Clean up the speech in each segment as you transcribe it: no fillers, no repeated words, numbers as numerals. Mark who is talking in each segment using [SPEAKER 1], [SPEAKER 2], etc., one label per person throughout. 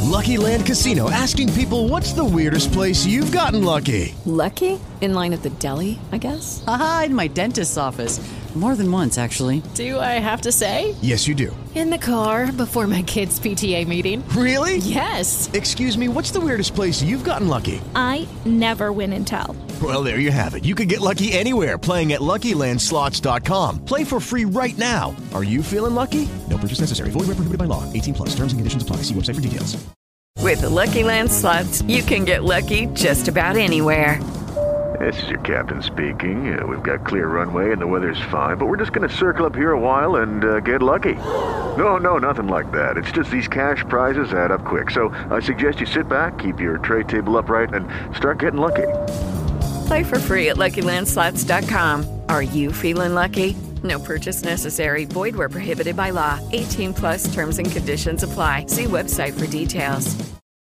[SPEAKER 1] Lucky Land Casino, asking people, what's the weirdest place you've gotten lucky?
[SPEAKER 2] Lucky? In line at the deli, I guess?
[SPEAKER 3] Aha, in my dentist's office. More than once, actually.
[SPEAKER 2] Do I have to say?
[SPEAKER 1] Yes, you do.
[SPEAKER 2] In the car before my kids' PTA meeting.
[SPEAKER 1] Really?
[SPEAKER 2] Yes.
[SPEAKER 1] Excuse me, what's the weirdest place you've gotten lucky?
[SPEAKER 4] I never win and tell.
[SPEAKER 1] Well, there you have it. You can get lucky anywhere, playing at LuckyLandSlots.com. Play for free right now. Are you feeling lucky? No purchase necessary. Void where prohibited by law. 18 plus. Terms and conditions apply. See website for details.
[SPEAKER 5] With the Lucky Land Slots, you can get lucky just about anywhere.
[SPEAKER 6] This is your captain speaking. We've got clear runway and the weather's fine, but we're just going to circle up here a while and get lucky. No, nothing like that. It's just these cash prizes add up quick. So I suggest you sit back, keep your tray table upright, and start getting lucky.
[SPEAKER 5] Play for free at LuckyLandSlots.com. Are you feeling lucky? No purchase necessary. Void where prohibited by law. 18 plus terms and conditions apply. See website for details.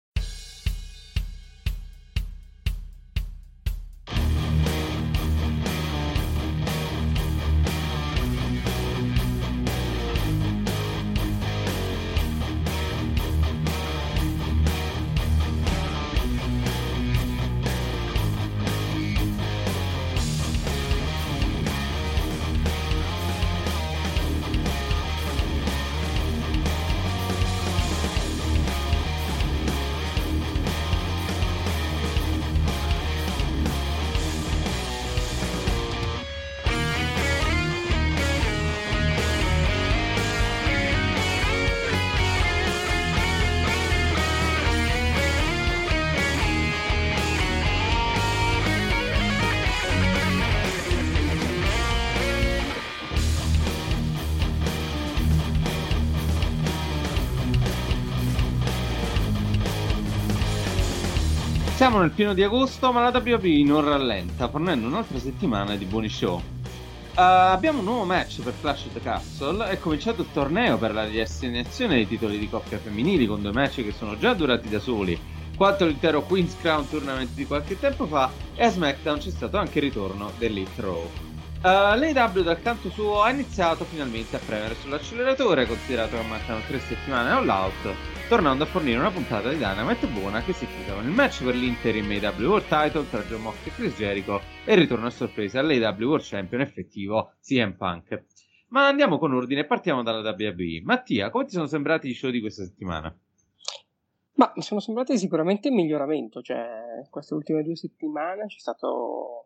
[SPEAKER 7] Siamo nel pieno di agosto, ma la WWE non rallenta, fornendo un'altra settimana di buoni show. Abbiamo un nuovo match per Clash at the Castle. È cominciato il torneo per la riassegnazione dei titoli di coppia femminili, con 2 match che sono già durati da soli quanto l'intero Queen's Crown Tournament di qualche tempo fa, e a SmackDown c'è stato anche il ritorno dell'Elite Raw. L'AEW dal canto suo ha iniziato finalmente a premere sull'acceleratore, considerato che mancano 3 settimane all out, tornando a fornire una puntata di Dynamite buona che si chiude con il match per l'Interim AEW World Title tra Jon Moxley e Chris Jericho e il ritorno a sorpresa all'AEW World Champion effettivo CM Punk. Ma andiamo con ordine e partiamo dalla WWE. Mattia, come ti sono sembrati i show di questa settimana?
[SPEAKER 8] Ma mi sono sembrati sicuramente in miglioramento, cioè queste ultime 2 settimane c'è stato...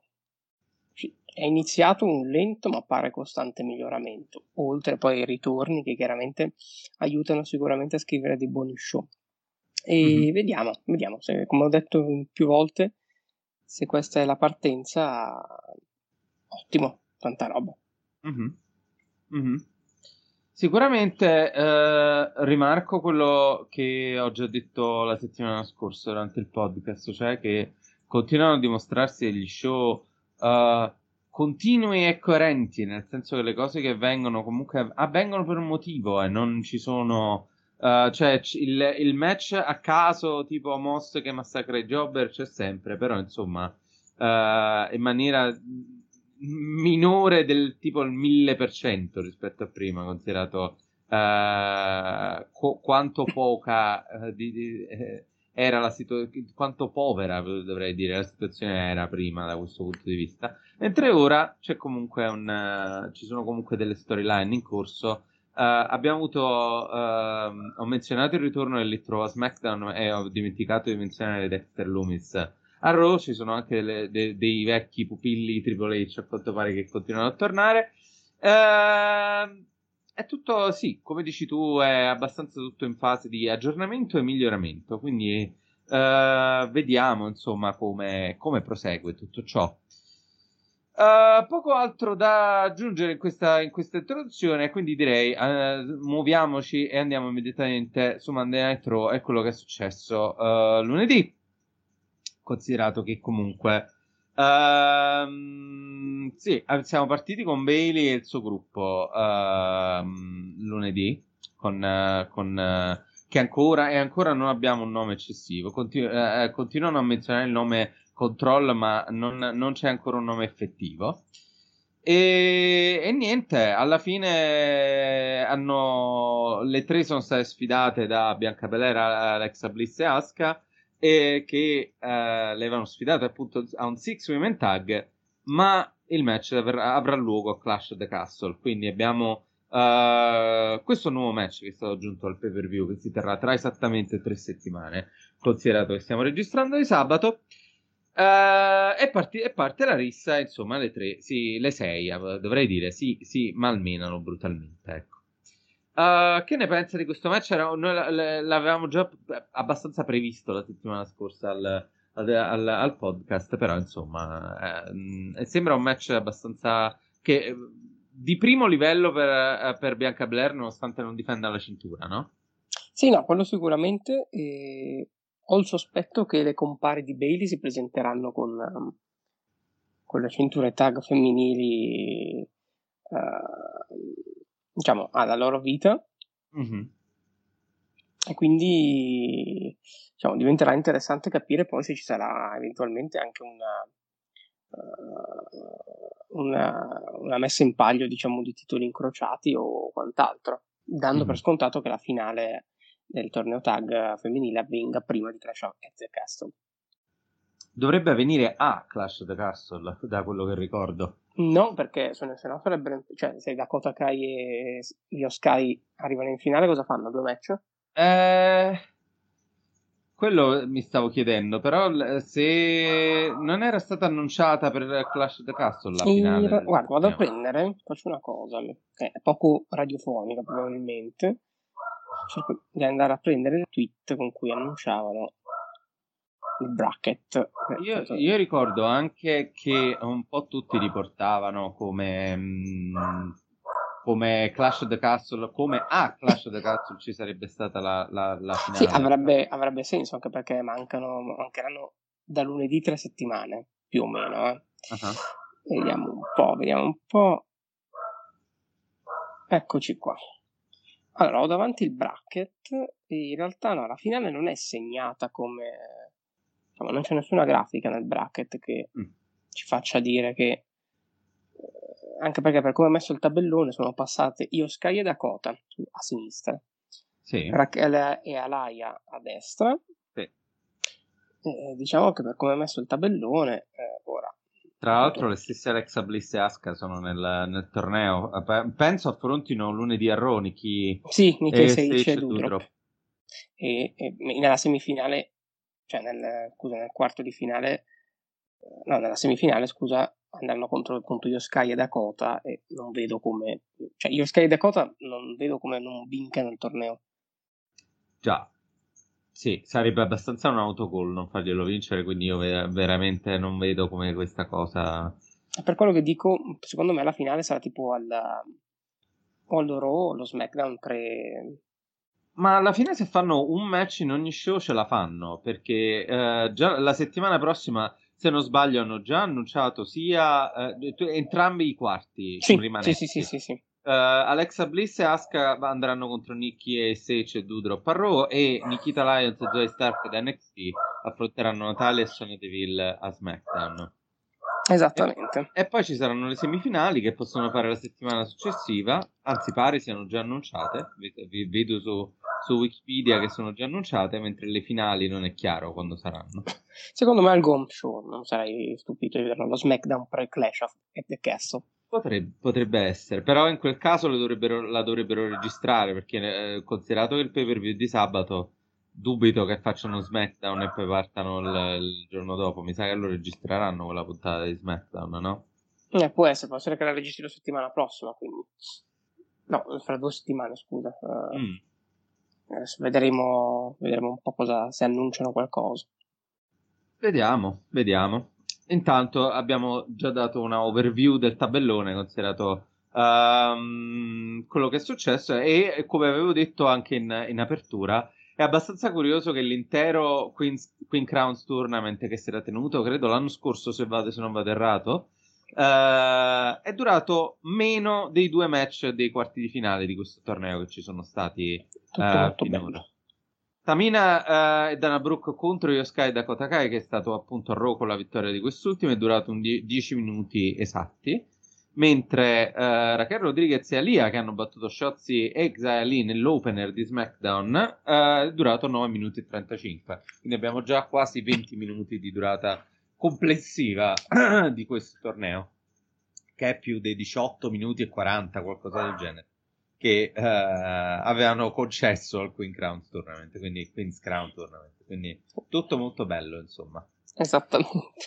[SPEAKER 8] è iniziato un lento ma pare costante miglioramento, oltre poi ai ritorni che chiaramente aiutano sicuramente a scrivere dei buoni show. E vediamo se, come ho detto più volte, se questa è la partenza, ottimo, tanta roba.
[SPEAKER 7] Sicuramente rimarco quello che ho già detto la settimana scorsa durante il podcast, cioè che continuano a dimostrarsi degli show continui e coerenti, nel senso che le cose che avvengono comunque avvengono per un motivo e non ci sono cioè il match a caso tipo Moss che massacra i Jobber c'è sempre, però insomma in maniera minore del tipo il 1000% rispetto a prima, considerato quanto poca era la situazione, quanto povera dovrei dire la situazione era prima da questo punto di vista, mentre ora c'è comunque ci sono comunque delle storyline in corso. Abbiamo avuto ho menzionato il ritorno dell'Elite Raw a SmackDown e ho dimenticato di menzionare Dexter Lumis a Raw. Ci sono anche dei vecchi pupilli Triple H a quanto pare che continuano a tornare. È tutto, sì, come dici tu, è abbastanza tutto in fase di aggiornamento e miglioramento, quindi vediamo insomma come prosegue tutto ciò. Poco altro da aggiungere in questa introduzione, quindi direi muoviamoci e andiamo immediatamente su Monday Night Raw e quello che è successo lunedì, considerato che comunque sì, siamo partiti con Bayley e il suo gruppo lunedì che ancora non abbiamo un nome eccessivo. Continuano a menzionare il nome Control, ma non c'è ancora un nome effettivo. E niente, alla fine le tre sono state sfidate da Bianca Belair, Alexa Bliss e Asuka, e che le avevano sfidate appunto a un Six Women Tag, ma il match avrà luogo a Clash of the Castle. Quindi abbiamo questo nuovo match che è stato aggiunto al pay-per-view, che si terrà tra esattamente 3 settimane, considerato che stiamo registrando di sabato. E parte la rissa, insomma, le 3, sì, le 6, dovrei dire, si malmenano brutalmente, ecco. Che ne pensa di questo match? Noi l'avevamo già abbastanza previsto la settimana scorsa al podcast, però insomma sembra un match abbastanza di primo livello per Bianca Belair, nonostante non difenda la cintura, no?
[SPEAKER 8] Sì, no, quello sicuramente. Ho il sospetto che le compari di Bayley si presenteranno con le cinture tag femminili, diciamo, alla loro vita.
[SPEAKER 7] Mm-hmm.
[SPEAKER 8] E quindi, diciamo, diventerà interessante capire poi se ci sarà eventualmente anche una messa in palio, diciamo, di titoli incrociati o quant'altro, dando per scontato che la finale del torneo tag femminile avvenga prima di Clash at the Castle.
[SPEAKER 7] Dovrebbe avvenire a Clash of the Castle, da quello che ricordo.
[SPEAKER 8] No, perché se no sarebbero, cioè, se Dakota Kai e Io Sky arrivano in finale, cosa fanno? 2 match?
[SPEAKER 7] Quello mi stavo chiedendo, però se non era stata annunciata per Clash of the Castle la finale.
[SPEAKER 8] Guarda, vado a prendere, faccio una cosa, è poco radiofonica probabilmente, cerco di andare a prendere il tweet con cui annunciavano il bracket.
[SPEAKER 7] Io ricordo anche che un po' tutti riportavano come Clash of the Castle, come a Clash of the Castle ci sarebbe stata la finale.
[SPEAKER 8] Sì, avrebbe senso, anche perché mancheranno da lunedì 3 settimane, più o meno. Uh-huh. Vediamo un po'. Eccoci qua. Allora, ho davanti il bracket e in realtà no, la finale non è segnata come... Diciamo, non c'è nessuna grafica nel bracket che ci faccia dire che... anche perché per come è messo il tabellone sono passate Io Sky e Dakota a sinistra,
[SPEAKER 7] sì.
[SPEAKER 8] Raquel e Alaya a destra,
[SPEAKER 7] sì.
[SPEAKER 8] Diciamo che per come è messo il tabellone ora...
[SPEAKER 7] Tra l'altro le stesse Alexa Bliss e Asuka sono nel torneo, penso affrontino lunedì a Raw Nikki
[SPEAKER 8] Sage e Doudrop. E nella semifinale, cioè nel quarto di finale, no, nella semifinale, scusa, andranno contro appunto Io Sky e Dakota, e non vedo come, cioè Io Sky e Dakota non vedo come non vincano il torneo.
[SPEAKER 7] Già, sì, sarebbe abbastanza un autogol non farglielo vincere, quindi io veramente non vedo come questa cosa...
[SPEAKER 8] Per quello che dico, secondo me la finale sarà tipo o allo Raw o lo SmackDown pre...
[SPEAKER 7] Ma alla fine se fanno un match in ogni show ce la fanno, perché già la settimana prossima, se non sbaglio, hanno già annunciato sia entrambi i quarti rimanenti.
[SPEAKER 8] Sì.
[SPEAKER 7] Alexa Bliss e Asuka andranno contro Nikki e Sage e Doudrop a Raw, e Nikita Lyons e Zoe Stark da NXT affronteranno Natalia e Sonya Deville a SmackDown.
[SPEAKER 8] Esattamente.
[SPEAKER 7] E poi ci saranno le semifinali che possono fare la settimana successiva, anzi pare siano già annunciate, vedo su Wikipedia che sono già annunciate, mentre le finali non è chiaro quando saranno.
[SPEAKER 8] Secondo me al Gomp Show, non sarei stupito di vederlo, lo SmackDown pre-Clash of the Castle.
[SPEAKER 7] Potrebbe essere, però in quel caso la dovrebbero registrare, perché considerato che il pay-per-view di sabato, dubito che facciano SmackDown e poi partano il giorno dopo. Mi sa che lo registreranno quella puntata di SmackDown, no?
[SPEAKER 8] Può essere che la registri la settimana prossima, quindi no, fra 2 settimane, scusa. Adesso vedremo un po' se annunciano qualcosa.
[SPEAKER 7] Vediamo. Intanto abbiamo già dato una overview del tabellone, considerato quello che è successo, e come avevo detto anche in apertura, è abbastanza curioso che l'intero Queen Crowns Tournament che si era tenuto, credo l'anno scorso, se non vado errato, è durato meno dei 2 match dei quarti di finale di questo torneo che ci sono stati finora. Tamina e Dana Brooke contro Io Sky e Dakota Kai, che è stato appunto a Raw con la vittoria di quest'ultimo, è durato 10 minuti esatti. mentre Raquel Rodriguez e Aliyah, che hanno battuto Shotzi e Xia Li nell'opener di SmackDown, è durato 9 minuti e 35. Quindi abbiamo già quasi 20 minuti di durata complessiva di questo torneo, che è più dei 18 minuti e 40, qualcosa del genere, che avevano concesso al Queen's Crown Tournament. Quindi tutto molto bello, insomma.
[SPEAKER 8] Esattamente.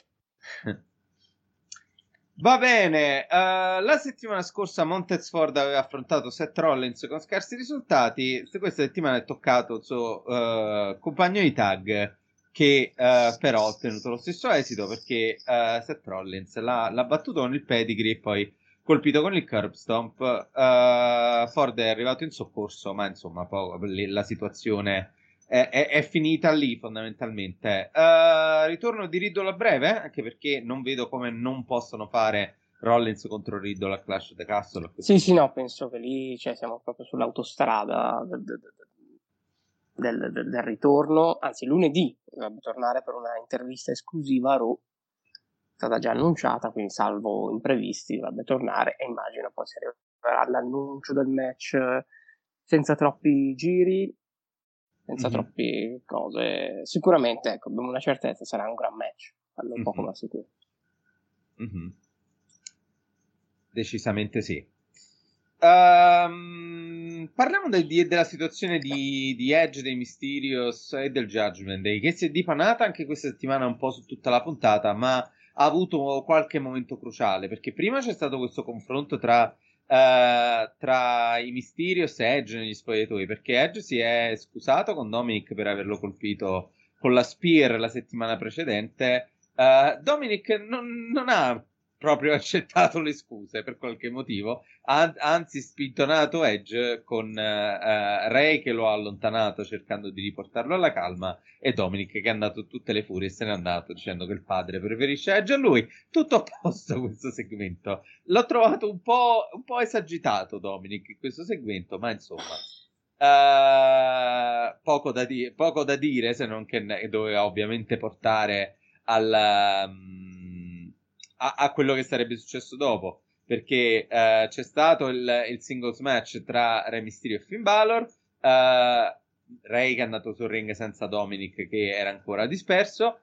[SPEAKER 7] Va bene, la settimana scorsa Montez Ford aveva affrontato Seth Rollins con scarsi risultati. Questa settimana è toccato il suo compagno di tag, che però ha ottenuto lo stesso esito, perché Seth Rollins l'ha battuto con il pedigree e poi colpito con il curb stomp. Ford è arrivato in soccorso, ma insomma la situazione è finita lì fondamentalmente. Ritorno di Riddle a breve, anche perché non vedo come non possono fare Rollins contro Riddle a Clash of the Castle.
[SPEAKER 8] Sì, no, penso che lì siamo proprio sull'autostrada del ritorno. Anzi, lunedì dovrebbe tornare per una intervista esclusiva a Raw, è stata già annunciata, quindi salvo imprevisti dovrebbe tornare, e immagino poi si arriverà all'annuncio del match senza troppi giri, senza troppe cose. Sicuramente, ecco, abbiamo una certezza, sarà un gran match, quello un po' come sicuro.
[SPEAKER 7] Decisamente sì. Parliamo della situazione di Edge, dei Mysterios e del Judgment Day, che si è dipanata anche questa settimana un po' su tutta la puntata, ma ha avuto qualche momento cruciale, perché prima c'è stato questo confronto tra i Mysterios e Edge negli spogliatoi, perché Edge si è scusato con Dominic per averlo colpito con la Spear la settimana precedente. Dominic non ha proprio accettato le scuse per qualche motivo, anzi spintonato Edge con Ray che lo ha allontanato cercando di riportarlo alla calma, e Dominic che è andato a tutte le furie e se n'è andato dicendo che il padre preferisce Edge a lui. Tutto a posto questo segmento. L'ho trovato un po' esagitato Dominic in questo segmento, ma insomma poco da dire, se non che doveva ovviamente portare a quello che sarebbe successo dopo, perché c'è stato il singles match tra Rey Mysterio e Finn Balor. Rey che è andato sul ring senza Dominic, che era ancora disperso.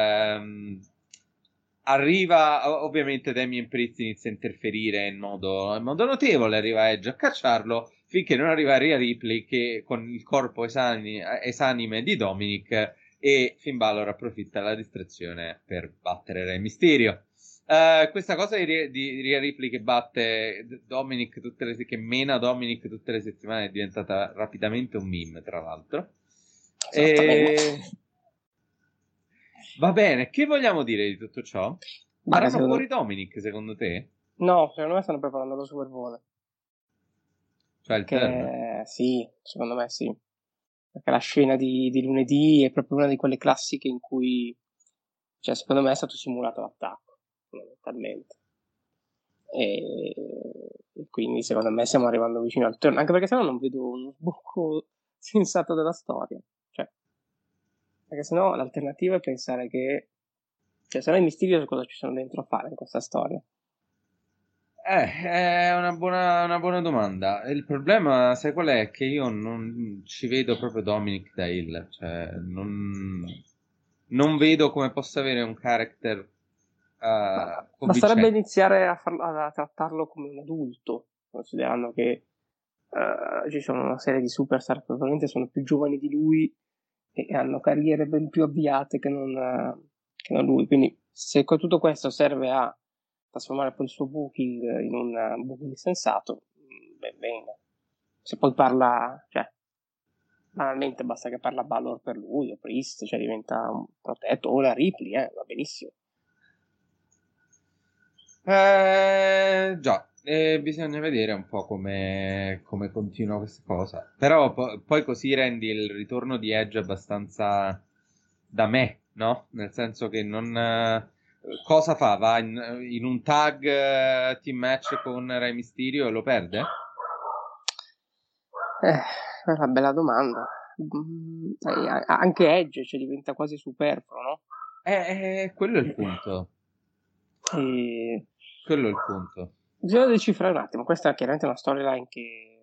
[SPEAKER 7] Arriva ovviamente Damien Priest, inizia a interferire in modo notevole, arriva Edge a cacciarlo, finché non arriva Rhea Ripley che con il corpo esanime di Dominic, e Finn Balor approfitta della distrazione per battere Rey Mysterio. Questa cosa di Rhea Ripley che batte Dominic che mena Dominic tutte le settimane è diventata rapidamente un meme, tra l'altro. Va bene, che vogliamo dire di tutto ciò? Faranno fuori Dominic, secondo te?
[SPEAKER 8] No, secondo me stanno preparando lo Superbone.
[SPEAKER 7] Cioè il turn?
[SPEAKER 8] Sì, secondo me sì. Perché la scena di lunedì è proprio una di quelle classiche in cui, cioè, secondo me è stato simulato l'attacco, fondamentalmente. E quindi secondo me stiamo arrivando vicino al turn, anche perché sennò non vedo uno sbocco sensato della storia. Cioè, perché sennò l'alternativa è pensare che, cioè, se no i Mysterio cosa ci sono dentro a fare in questa storia?
[SPEAKER 7] È una buona domanda. Il problema, sai qual è? Che io non ci vedo proprio Dominic da heel. Cioè, non vedo come possa avere un character
[SPEAKER 8] basterebbe iniziare a trattarlo come un adulto, considerando che ci sono una serie di superstar che probabilmente sono più giovani di lui e hanno carriere ben più avviate che non lui. Quindi se tutto questo serve a trasformare poi il suo booking in un booking sensato, bene. Se poi parla, cioè, banalmente basta che parla Balor per lui o Priest, cioè diventa un protetto, o la Ripley, va benissimo.
[SPEAKER 7] Già, bisogna vedere un po' come continua questa cosa. Però poi così rendi il ritorno di Edge abbastanza da me, no? Nel senso che non... cosa fa? Va in un tag team match con Rey Mysterio e lo perde?
[SPEAKER 8] È una bella domanda. Anche Edge, cioè, diventa quasi superfluo, no?
[SPEAKER 7] Quello è il punto. Quello è il punto.
[SPEAKER 8] Bisogna decifrare un attimo. Questa è chiaramente una storyline che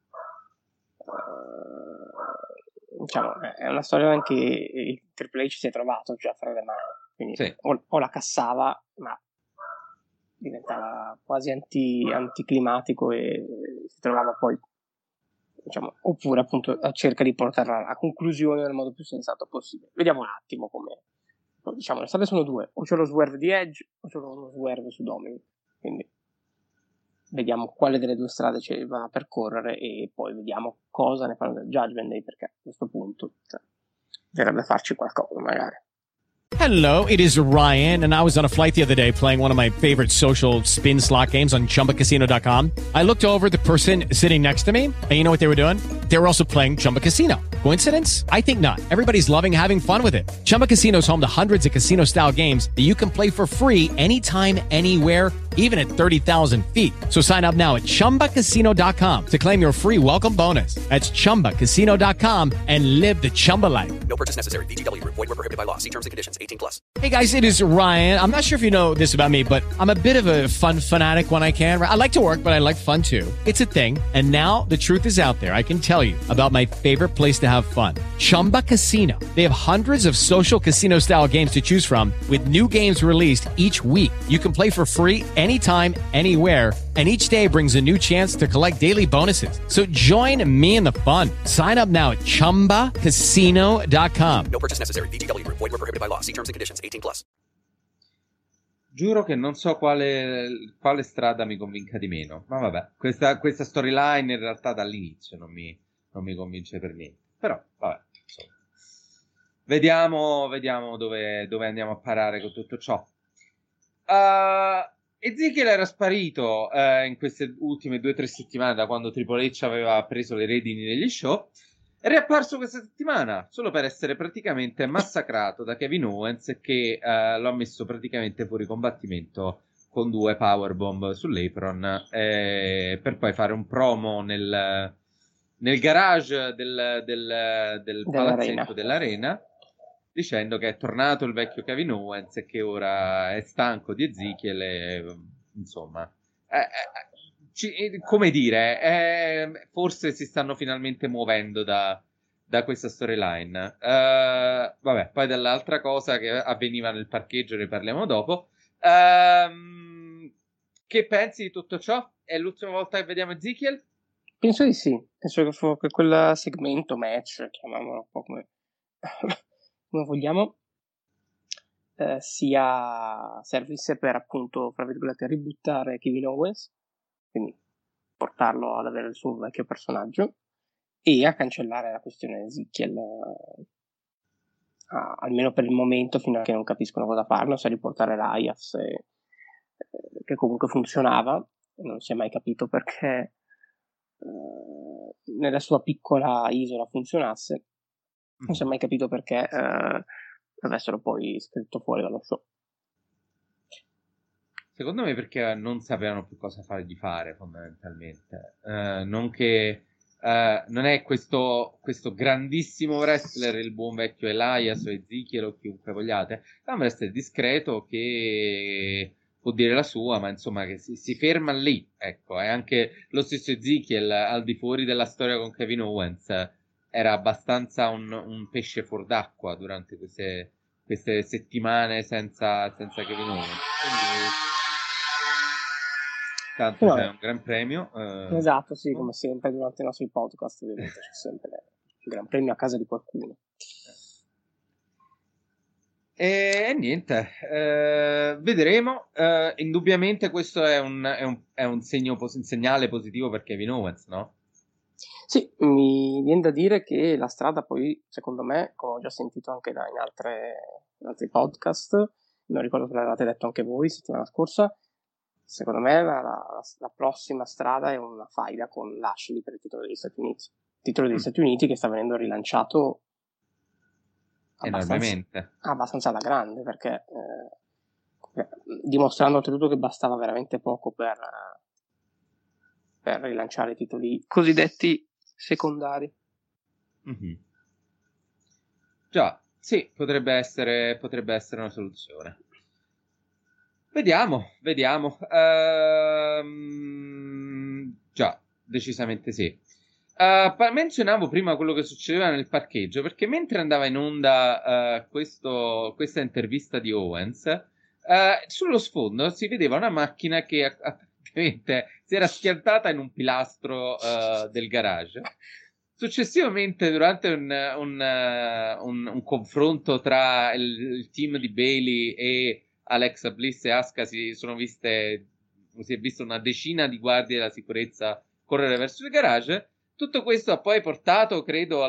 [SPEAKER 8] diciamo è una storyline che il Triple H si è trovato già fra le mani, quindi
[SPEAKER 7] Sì.
[SPEAKER 8] o la cassava, ma diventava quasi anticlimatico e si trovava poi, diciamo, oppure appunto cerca di portarla a conclusione nel modo più sensato possibile. Vediamo un attimo come, diciamo, le strade sono due: o c'è lo swerve di Edge o c'è lo swerve su Dominic, quindi vediamo quale delle due strade ci va a percorrere e poi vediamo cosa ne fanno del Judgment Day, perché a questo punto dovrebbe farci qualcosa magari.
[SPEAKER 9] Hello, it is Ryan, and I was on a flight the other day playing one of my favorite social spin slot games on ChumbaCasino.com. I looked over at the person sitting next to me, and you know what they were doing? They were also playing Chumba Casino. Coincidence? I think not. Everybody's loving having fun with it. Chumba Casino is home to hundreds of casino-style games that you can play for free anytime, anywhere, even at 30,000 feet. So sign up now at ChumbaCasino.com to claim your free welcome bonus. That's ChumbaCasino.com and live the Chumba life.
[SPEAKER 10] No purchase necessary. VGW. Void where prohibited by law. See terms and conditions. 18+.
[SPEAKER 9] Hey guys, it is Ryan. I'm not sure if you know this about me, but I'm a bit of a fun fanatic when I can. I like to work, but I like fun too. It's a thing. And now the truth is out there. I can tell you about my favorite place to have fun. Chumba Casino. They have hundreds of social casino style games to choose from with new games released each week. You can play for free anytime, anywhere. And each day brings a new chance to collect daily bonuses. So join me in the fun. Sign up now at ChumbaCasino.com.
[SPEAKER 10] No purchase necessary. VGW. Void where prohibited by law. See terms and conditions. 18+.
[SPEAKER 7] Giuro che non so quale strada mi convinca di meno. Ma vabbè, questa storyline in realtà dall'inizio non mi convince per niente. Però, vabbè, insomma. Vediamo dove andiamo a parare con tutto ciò. Ezekiel era sparito in queste ultime 2 o 3 settimane, da quando Triple H aveva preso le redini degli show. È riapparso questa settimana solo per essere praticamente massacrato da Kevin Owens, che lo ha messo praticamente fuori combattimento con 2 powerbomb sull'apron, per poi fare un promo nel garage del palazzetto dell'arena, dicendo che è tornato il vecchio Kevin Owens e che ora è stanco di Ezekiel e, insomma, come dire, forse si stanno finalmente muovendo da questa storyline. Vabbè, poi dall'altra cosa che avveniva nel parcheggio ne parliamo dopo. Che pensi di tutto ciò? È l'ultima volta che vediamo Ezekiel?
[SPEAKER 8] Penso di sì, penso che quel segmento match, chiamiamolo un po' come vogliamo, servisse per, appunto, fra virgolette, ributtare Kevin Owens, quindi portarlo ad avere il suo vecchio personaggio, e a cancellare la questione Ezekiel, almeno per il momento, fino a che non capiscono cosa farlo, se riportare l'Ajax, che comunque funzionava, e non si è mai capito perché nella sua piccola isola funzionasse, non si è mai capito perché avessero poi scritto fuori dallo show.
[SPEAKER 7] Secondo me perché non sapevano più cosa fargli fare, fondamentalmente. Non è questo grandissimo wrestler, il buon vecchio Elias o Ezekiel o chiunque vogliate. È un wrestler discreto che può dire la sua, ma insomma che si ferma lì. Ecco, e anche lo stesso Ezekiel, al di fuori della storia con Kevin Owens, era abbastanza un pesce fuor d'acqua durante queste settimane senza Kevin Owens. Quindi tanto c'è un gran premio.
[SPEAKER 8] Esatto, sì, come sempre durante i nostri podcast ovviamente c'è sempre un gran premio a casa di qualcuno.
[SPEAKER 7] E niente, vedremo. Indubbiamente questo è un segnale positivo per Kevin Owens, no?
[SPEAKER 8] Sì, mi viene da dire che la strada poi, secondo me, come ho già sentito anche in altri podcast, non ricordo se l'avevate detto anche voi settimana scorsa, secondo me la prossima strada è una faida con Lashley per il titolo degli Stati Uniti. Il titolo degli Stati Uniti che sta venendo rilanciato abbastanza alla grande, perché dimostrando oltretutto che bastava veramente poco per rilanciare i titoli cosiddetti secondari.
[SPEAKER 7] Mm-hmm. Già, sì, potrebbe essere una soluzione. Vediamo. Già, decisamente sì. Menzionavo prima quello che succedeva nel parcheggio, perché mentre andava in onda questa intervista di Owens, sullo sfondo si vedeva una macchina che apparentemente si era schiantata in un pilastro del garage. Successivamente, durante un confronto tra il team di Bayley e Alexa Bliss e Asuka, si è vista una decina di guardie della sicurezza correre verso il garage. Tutto questo ha poi portato, credo,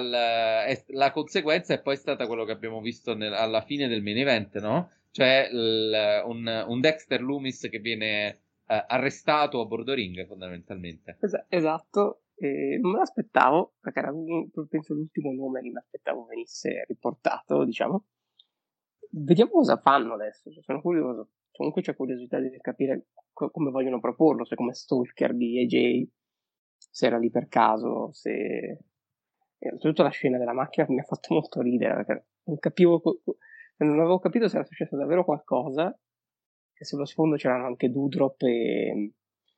[SPEAKER 7] la conseguenza è poi stata quello che abbiamo visto alla fine del main event, no? Cioè un Dexter Lumis che viene arrestato a bordo ring, fondamentalmente.
[SPEAKER 8] Esatto, non me l'aspettavo, perché era penso l'ultimo nome che mi aspettavo venisse riportato, diciamo. Vediamo cosa fanno adesso, cioè, sono curioso. Comunque c'è curiosità di capire come vogliono proporlo, se come stalker di AJ, se era lì per caso, se... Soprattutto la scena della macchina mi ha fatto molto ridere, perché non avevo capito se era successo davvero qualcosa, che sullo sfondo c'erano anche Doudrop e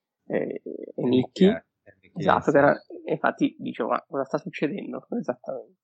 [SPEAKER 8] Nikki. Esatto, infatti dicevo, ma cosa sta succedendo esattamente?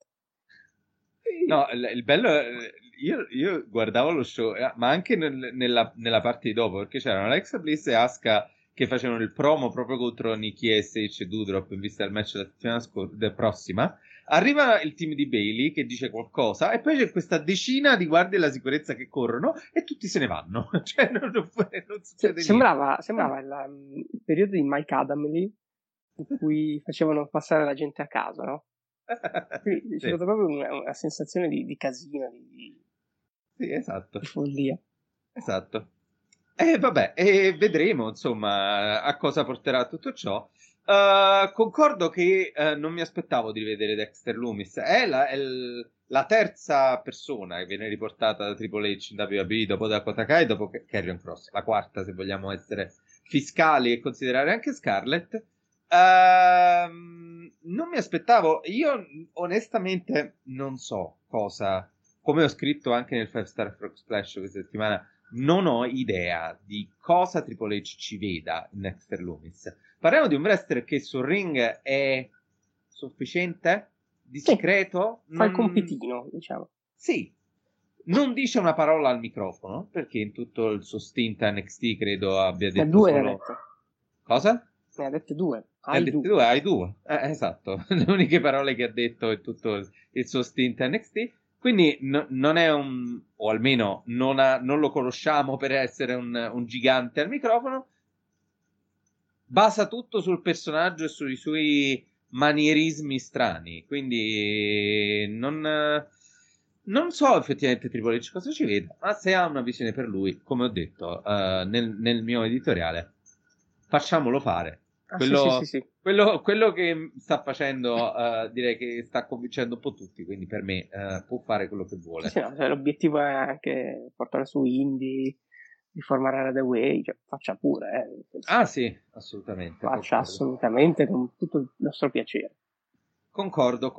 [SPEAKER 7] No, il bello, io guardavo lo show, ma anche nella parte di dopo, perché c'erano Alexa Bliss e Asuka che facevano il promo proprio contro Nikki Sage e Doudrop in vista del match della settimana prossima. Arriva il team di Bayley che dice qualcosa e poi c'è questa decina di guardie della sicurezza che corrono e tutti se ne vanno. Cioè non succede
[SPEAKER 8] sembrava il periodo di Mike Adamley in cui facevano passare la gente a casa, no? Quindi c'è stata proprio una sensazione di casino,
[SPEAKER 7] sì, esatto.
[SPEAKER 8] Di follia.
[SPEAKER 7] Esatto. Vabbè, vedremo insomma a cosa porterà tutto ciò. Concordo che non mi aspettavo di rivedere Dexter Lumis. È la terza persona che viene riportata da Triple H in WWE dopo Dakota Kai, dopo Karrion Kross. La quarta, se vogliamo essere fiscali e considerare anche Scarlett. Non mi aspettavo. Io onestamente non so cosa. Come ho scritto anche nel 5 Star Frog Splash questa settimana, non ho idea di cosa Triple H ci veda in Dexter Lumis. Parliamo di un wrestler che sul ring è sufficiente, discreto.
[SPEAKER 8] Fa il compitino, diciamo.
[SPEAKER 7] Sì, non dice una parola al microfono, perché in tutto il suo stint a NXT credo abbia detto
[SPEAKER 8] due
[SPEAKER 7] solo...
[SPEAKER 8] ne ha detto.
[SPEAKER 7] Cosa?
[SPEAKER 8] Ne ha dette due.
[SPEAKER 7] Hai due. Esatto, le uniche parole che ha detto in tutto il suo stint a NXT. Quindi non è o almeno non lo conosciamo per essere un gigante al microfono. Basa tutto sul personaggio e sui suoi manierismi strani. Quindi non so effettivamente Triple H cosa ci vede, ma se ha una visione per lui, come ho detto nel mio editoriale, facciamolo fare.
[SPEAKER 8] Sì.
[SPEAKER 7] Quello che sta facendo, direi che sta convincendo un po' tutti, quindi per me può fare quello che vuole.
[SPEAKER 8] Sì, no, cioè, l'obiettivo è anche portare su indie, riformare The Way, cioè, faccia pure.
[SPEAKER 7] Sì, assolutamente.
[SPEAKER 8] Faccia assolutamente con tutto il nostro piacere.
[SPEAKER 7] Concordo.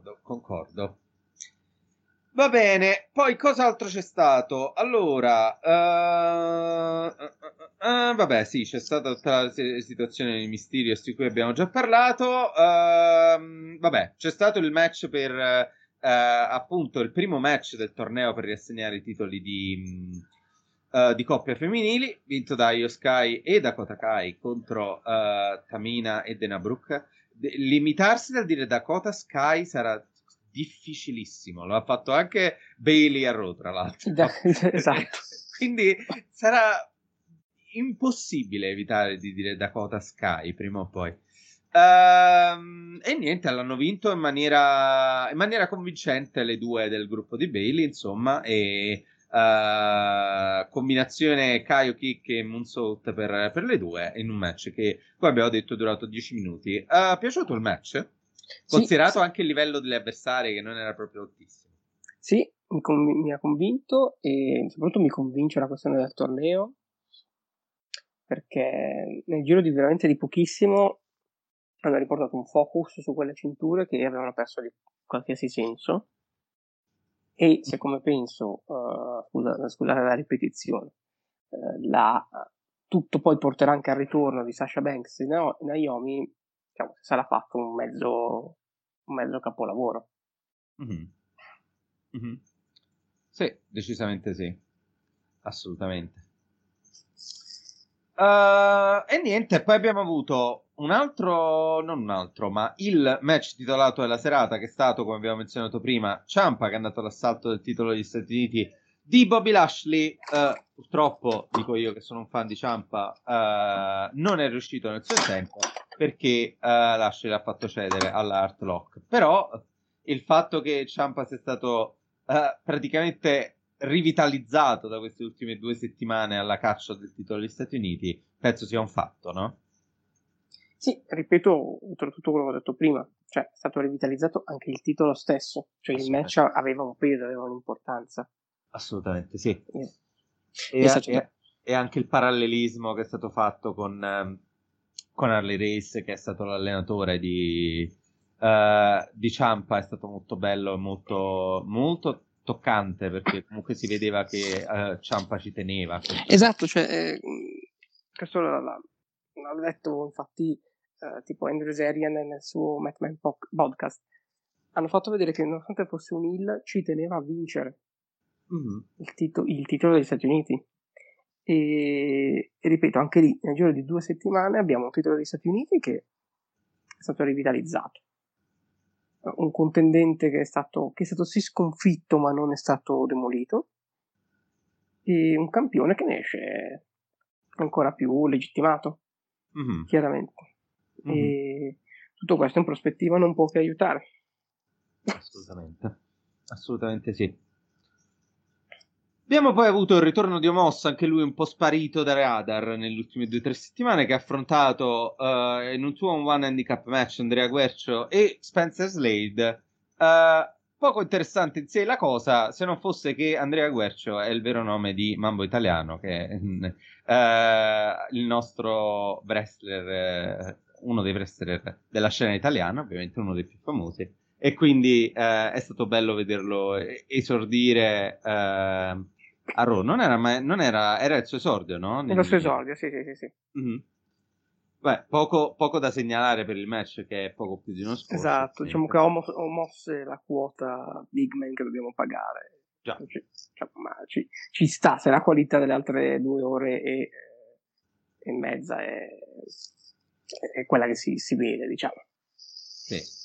[SPEAKER 7] Va bene, poi cos'altro c'è stato? Allora, vabbè, sì, c'è stata tutta la situazione di Mysterious di cui abbiamo già parlato. Vabbè, c'è stato il match per appunto il primo match del torneo per riassegnare i titoli di coppia femminili, vinto da Io Sky e Dakota Kai contro Tamina e Dana Brooke. Limitarsi dal dire Dakota Sky sarà difficilissimo, lo ha fatto anche Bayley a Raw, tra l'altro.
[SPEAKER 8] Esatto.
[SPEAKER 7] Quindi sarà impossibile evitare di dire Dakota Sky prima o poi. E niente, l'hanno vinto in maniera convincente le due del gruppo di Bayley, insomma, e combinazione Kaio Kick e Moonsault per le due in un match che, come abbiamo detto, è durato 10 minuti. È piaciuto il match? Considerato anche il livello delle avversarie che non era proprio altissimo.
[SPEAKER 8] Sì, mi ha convinto e soprattutto mi convince la questione del torneo, perché nel giro di veramente di pochissimo hanno riportato un focus su quelle cinture che avevano perso di qualsiasi senso. E se come penso, scusate la ripetizione, tutto poi porterà anche al ritorno di Sasha Banks e Naomi, diciamo, sarà fatto un mezzo capolavoro.
[SPEAKER 7] Mhm. Mhm. Sì, decisamente sì, assolutamente. E niente, poi abbiamo avuto non un altro, ma il match titolato della serata, che è stato, come abbiamo menzionato prima, Ciampa, che è andato all'assalto del titolo degli Stati Uniti di Bobby Lashley. Purtroppo, dico io che sono un fan di Ciampa, non è riuscito nel suo tempo, perché Lashley l'ha fatto cedere alla Hurt Lock. Però il fatto che Ciampa sia stato praticamente rivitalizzato da queste ultime 2 settimane alla caccia del titolo degli Stati Uniti, penso sia un fatto, no?
[SPEAKER 8] Sì, ripeto tutto quello che ho detto prima, cioè è stato rivitalizzato anche il titolo stesso, cioè il match aveva un peso, aveva un'importanza.
[SPEAKER 7] Assolutamente sì.
[SPEAKER 8] E
[SPEAKER 7] E anche il parallelismo che è stato fatto con Harley Race, che è stato l'allenatore di Ciampa, è stato molto bello, molto, molto toccante, perché comunque si vedeva che Ciampa ci teneva.
[SPEAKER 8] Esatto, cioè questo l'ha detto infatti tipo Andrew Zarian nel suo Madman podcast. Hanno fatto vedere che nonostante fosse un heel ci teneva a vincere il titolo degli Stati Uniti. E ripeto, anche lì nel giro di 2 settimane abbiamo un titolo degli Stati Uniti che è stato rivitalizzato, un contendente che è stato sì sconfitto ma non è stato demolito, e un campione che ne esce ancora più legittimato, chiaramente. E tutto questo in prospettiva non può che aiutare.
[SPEAKER 7] Assolutamente sì. Abbiamo poi avuto il ritorno di Omos, anche lui un po' sparito dai radar nelle ultime 2 o 3 settimane, che ha affrontato in un suo one handicap match Andrea Guercio e Spencer Slade. Poco interessante in sé la cosa, se non fosse che Andrea Guercio è il vero nome di Mambo Italiano, che è il nostro wrestler, uno dei wrestler della scena italiana, ovviamente uno dei più famosi. E quindi è stato bello vederlo esordire a Raw. Era il suo esordio, no?
[SPEAKER 8] Era il suo esordio, sì.
[SPEAKER 7] Mm-hmm. Beh, poco da segnalare per il match, che è poco più di uno scorso.
[SPEAKER 8] Esatto, diciamo che Omos è la quota big man che dobbiamo pagare.
[SPEAKER 7] Già.
[SPEAKER 8] Ma ci sta, se la qualità delle altre 2 ore e mezza è quella che si vede, diciamo.
[SPEAKER 7] Sì.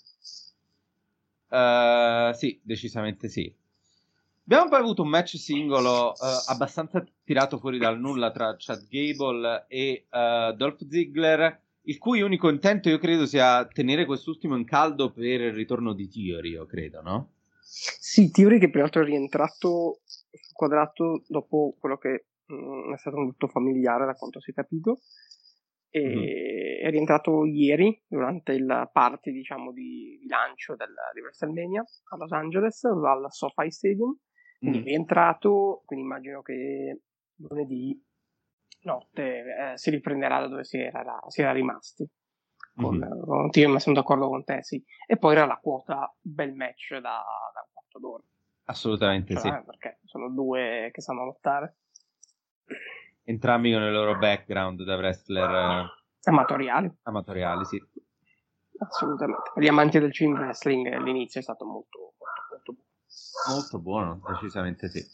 [SPEAKER 7] Sì, decisamente sì. Abbiamo poi avuto un match singolo abbastanza tirato fuori dal nulla tra Chad Gable e Dolph Ziggler, il cui unico intento io credo sia tenere quest'ultimo in caldo per il ritorno di Theory, io credo, no?
[SPEAKER 8] Sì, Theory che peraltro è rientrato sul quadrato dopo quello che è stato un lutto familiare, da quanto si è capito. È rientrato ieri durante il party, diciamo, di lancio di WrestleMania a Los Angeles, al SoFi Stadium. Quindi è rientrato, quindi immagino che lunedì notte si riprenderà da dove si era rimasti. Con Tio, ma sono d'accordo con te, sì. E poi era la quota bel match da un quarto d'ora.
[SPEAKER 7] Assolutamente sì.
[SPEAKER 8] Perché sono 2 che sanno lottare.
[SPEAKER 7] Entrambi con il loro background da wrestler amatoriali, sì.
[SPEAKER 8] Assolutamente. Per gli amanti del team wrestling l'inizio è stato molto, molto buono.
[SPEAKER 7] Molto buono, decisamente sì.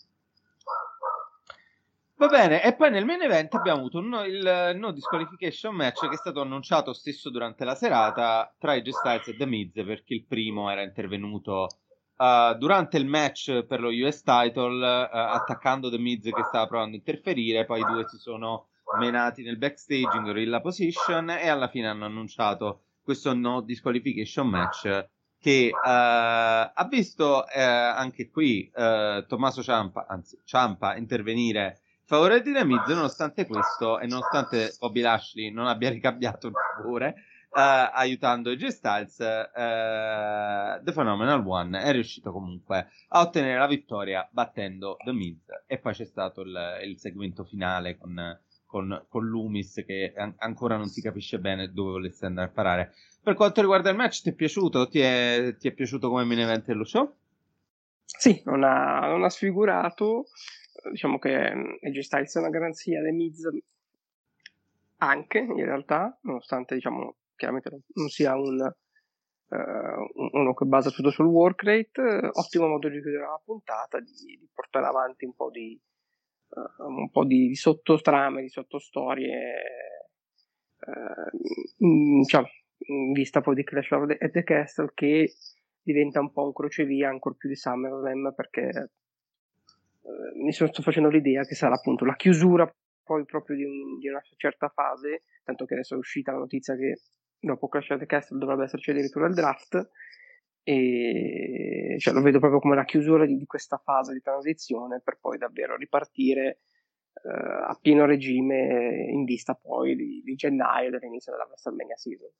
[SPEAKER 7] Va bene, e poi nel main event abbiamo avuto il no disqualification match, che è stato annunciato stesso durante la serata tra AJ Styles e The Miz, perché il primo era intervenuto durante il match per lo US title, attaccando The Miz che stava provando a interferire. Poi i due si sono menati nel backstage in gorilla position e alla fine hanno annunciato questo no disqualification match, che ha visto anche qui Tommaso Ciampa intervenire in favore di The Miz. Nonostante questo e nonostante Bobby Lashley non abbia ricambiato il favore aiutando AJ Styles, The Phenomenal One è riuscito comunque a ottenere la vittoria battendo The Miz. E poi c'è stato il segmento finale con Loomis, che ancora non si capisce bene dove volesse andare a parare. Per quanto riguarda il match, ti è piaciuto? Ti è piaciuto come main event dello show?
[SPEAKER 8] Sì, non ha sfigurato. diciamo che AJ Styles è una garanzia, The Miz anche in realtà, nonostante diciamo chiaramente non sia uno che basa tutto sul work rate, ottimo modo di chiudere la puntata, di portare avanti un po' di sottotrame, di sottostorie, diciamo, in vista poi di Clash of the Castle, che diventa un po' un crocevia ancora più di SummerSlam, perché mi sto facendo l'idea che sarà appunto la chiusura poi proprio di una certa fase, tanto che adesso è uscita la notizia che dopo Clash of the Castle dovrebbe esserci addirittura il draft, e cioè, lo vedo proprio come la chiusura di questa fase di transizione per poi davvero ripartire a pieno regime in vista poi di gennaio, dell'inizio della WrestleMania season.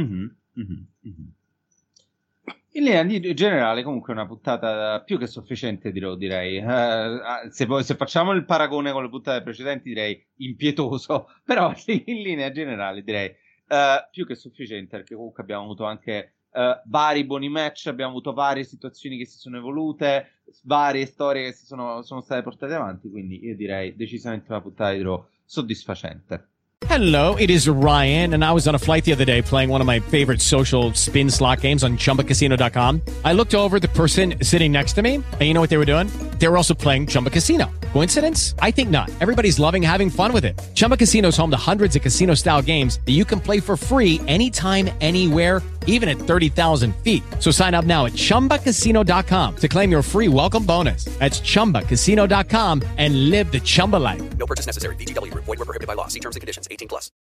[SPEAKER 7] In linea di generale, comunque, una puntata più che sufficiente, direi. Se facciamo il paragone con le puntate precedenti, direi impietoso, però in linea generale direi più che sufficiente, perché comunque abbiamo avuto anche vari buoni match, abbiamo avuto varie situazioni che si sono evolute, varie storie che sono state portate avanti, quindi io direi decisamente una puntata di Raw soddisfacente.
[SPEAKER 9] Hello, it is Ryan, and I was on a flight the other day playing one of my favorite social spin slot games on ChumbaCasino.com. I looked over at the person sitting next to me, and you know what they were doing? They were also playing Chumba Casino. Coincidence? I think not. Everybody's loving having fun with it. Chumba Casino is home to hundreds of casino-style games that you can play for free anytime, anywhere, even at 30,000 feet. So sign up now at ChumbaCasino.com to claim your free welcome bonus. That's ChumbaCasino.com and live the Chumba life.
[SPEAKER 10] No purchase necessary. VGW. Void where prohibited by law. See terms and conditions. 18+.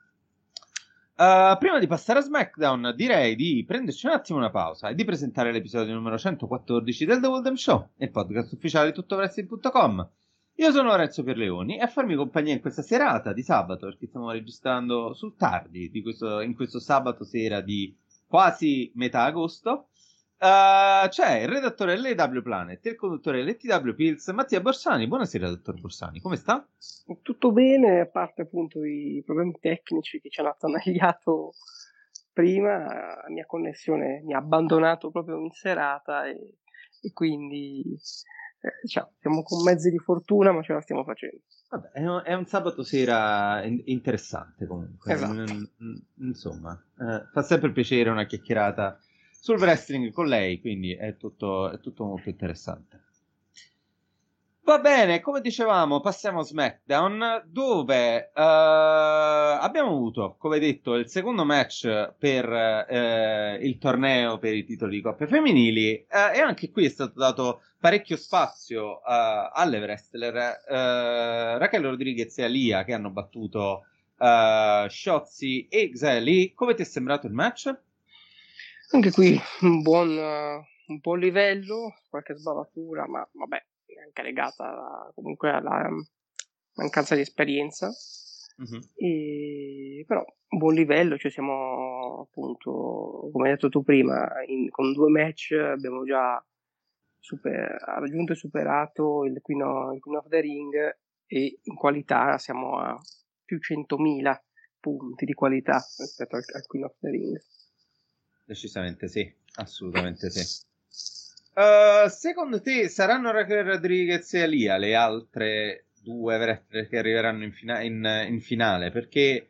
[SPEAKER 7] Prima di passare a SmackDown, direi di prenderci un attimo una pausa e di presentare l'episodio numero 114 del The Waldem Show, il podcast ufficiale di tuttowrestling.com. Io sono Lorenzo Pierleoni e a farmi compagnia in questa serata di sabato, perché stiamo registrando sul tardi in questo sabato sera di quasi metà agosto, c'è il redattore dell'AW Planet, il conduttore dell'ETW Pills, Mattia Borsani. Buonasera, dottor Borsani, come sta?
[SPEAKER 8] Tutto bene, a parte appunto i problemi tecnici che ci hanno attanagliato prima. La mia connessione mi ha abbandonato proprio in serata e quindi diciamo, siamo con mezzi di fortuna, ma ce la stiamo facendo.
[SPEAKER 7] Vabbè, è un sabato sera interessante comunque.
[SPEAKER 8] Esatto.
[SPEAKER 7] Insomma, fa sempre piacere una chiacchierata sul wrestling con lei, quindi è tutto molto interessante. Va bene, come dicevamo, passiamo a SmackDown, dove abbiamo avuto, come detto, il secondo match per il torneo per i titoli di coppie femminili, e anche qui è stato dato parecchio spazio alle wrestler Raquel Rodriguez e Aliyah, che hanno battuto Shotzi e Xia Li. Come ti è sembrato il match?
[SPEAKER 8] Anche qui un buon livello, qualche sbavatura, ma vabbè, è anche legata comunque alla mancanza di esperienza. E però un buon livello, cioè siamo appunto, come hai detto tu prima, con 2 match abbiamo già raggiunto e superato il Queen of the Ring, e in qualità siamo a più 100.000 punti di qualità rispetto al Queen of the Ring.
[SPEAKER 7] Decisamente sì, assolutamente sì. Secondo te saranno Raquel Rodriguez e Aliyah le altre 2 wrestler che arriveranno in finale? Perché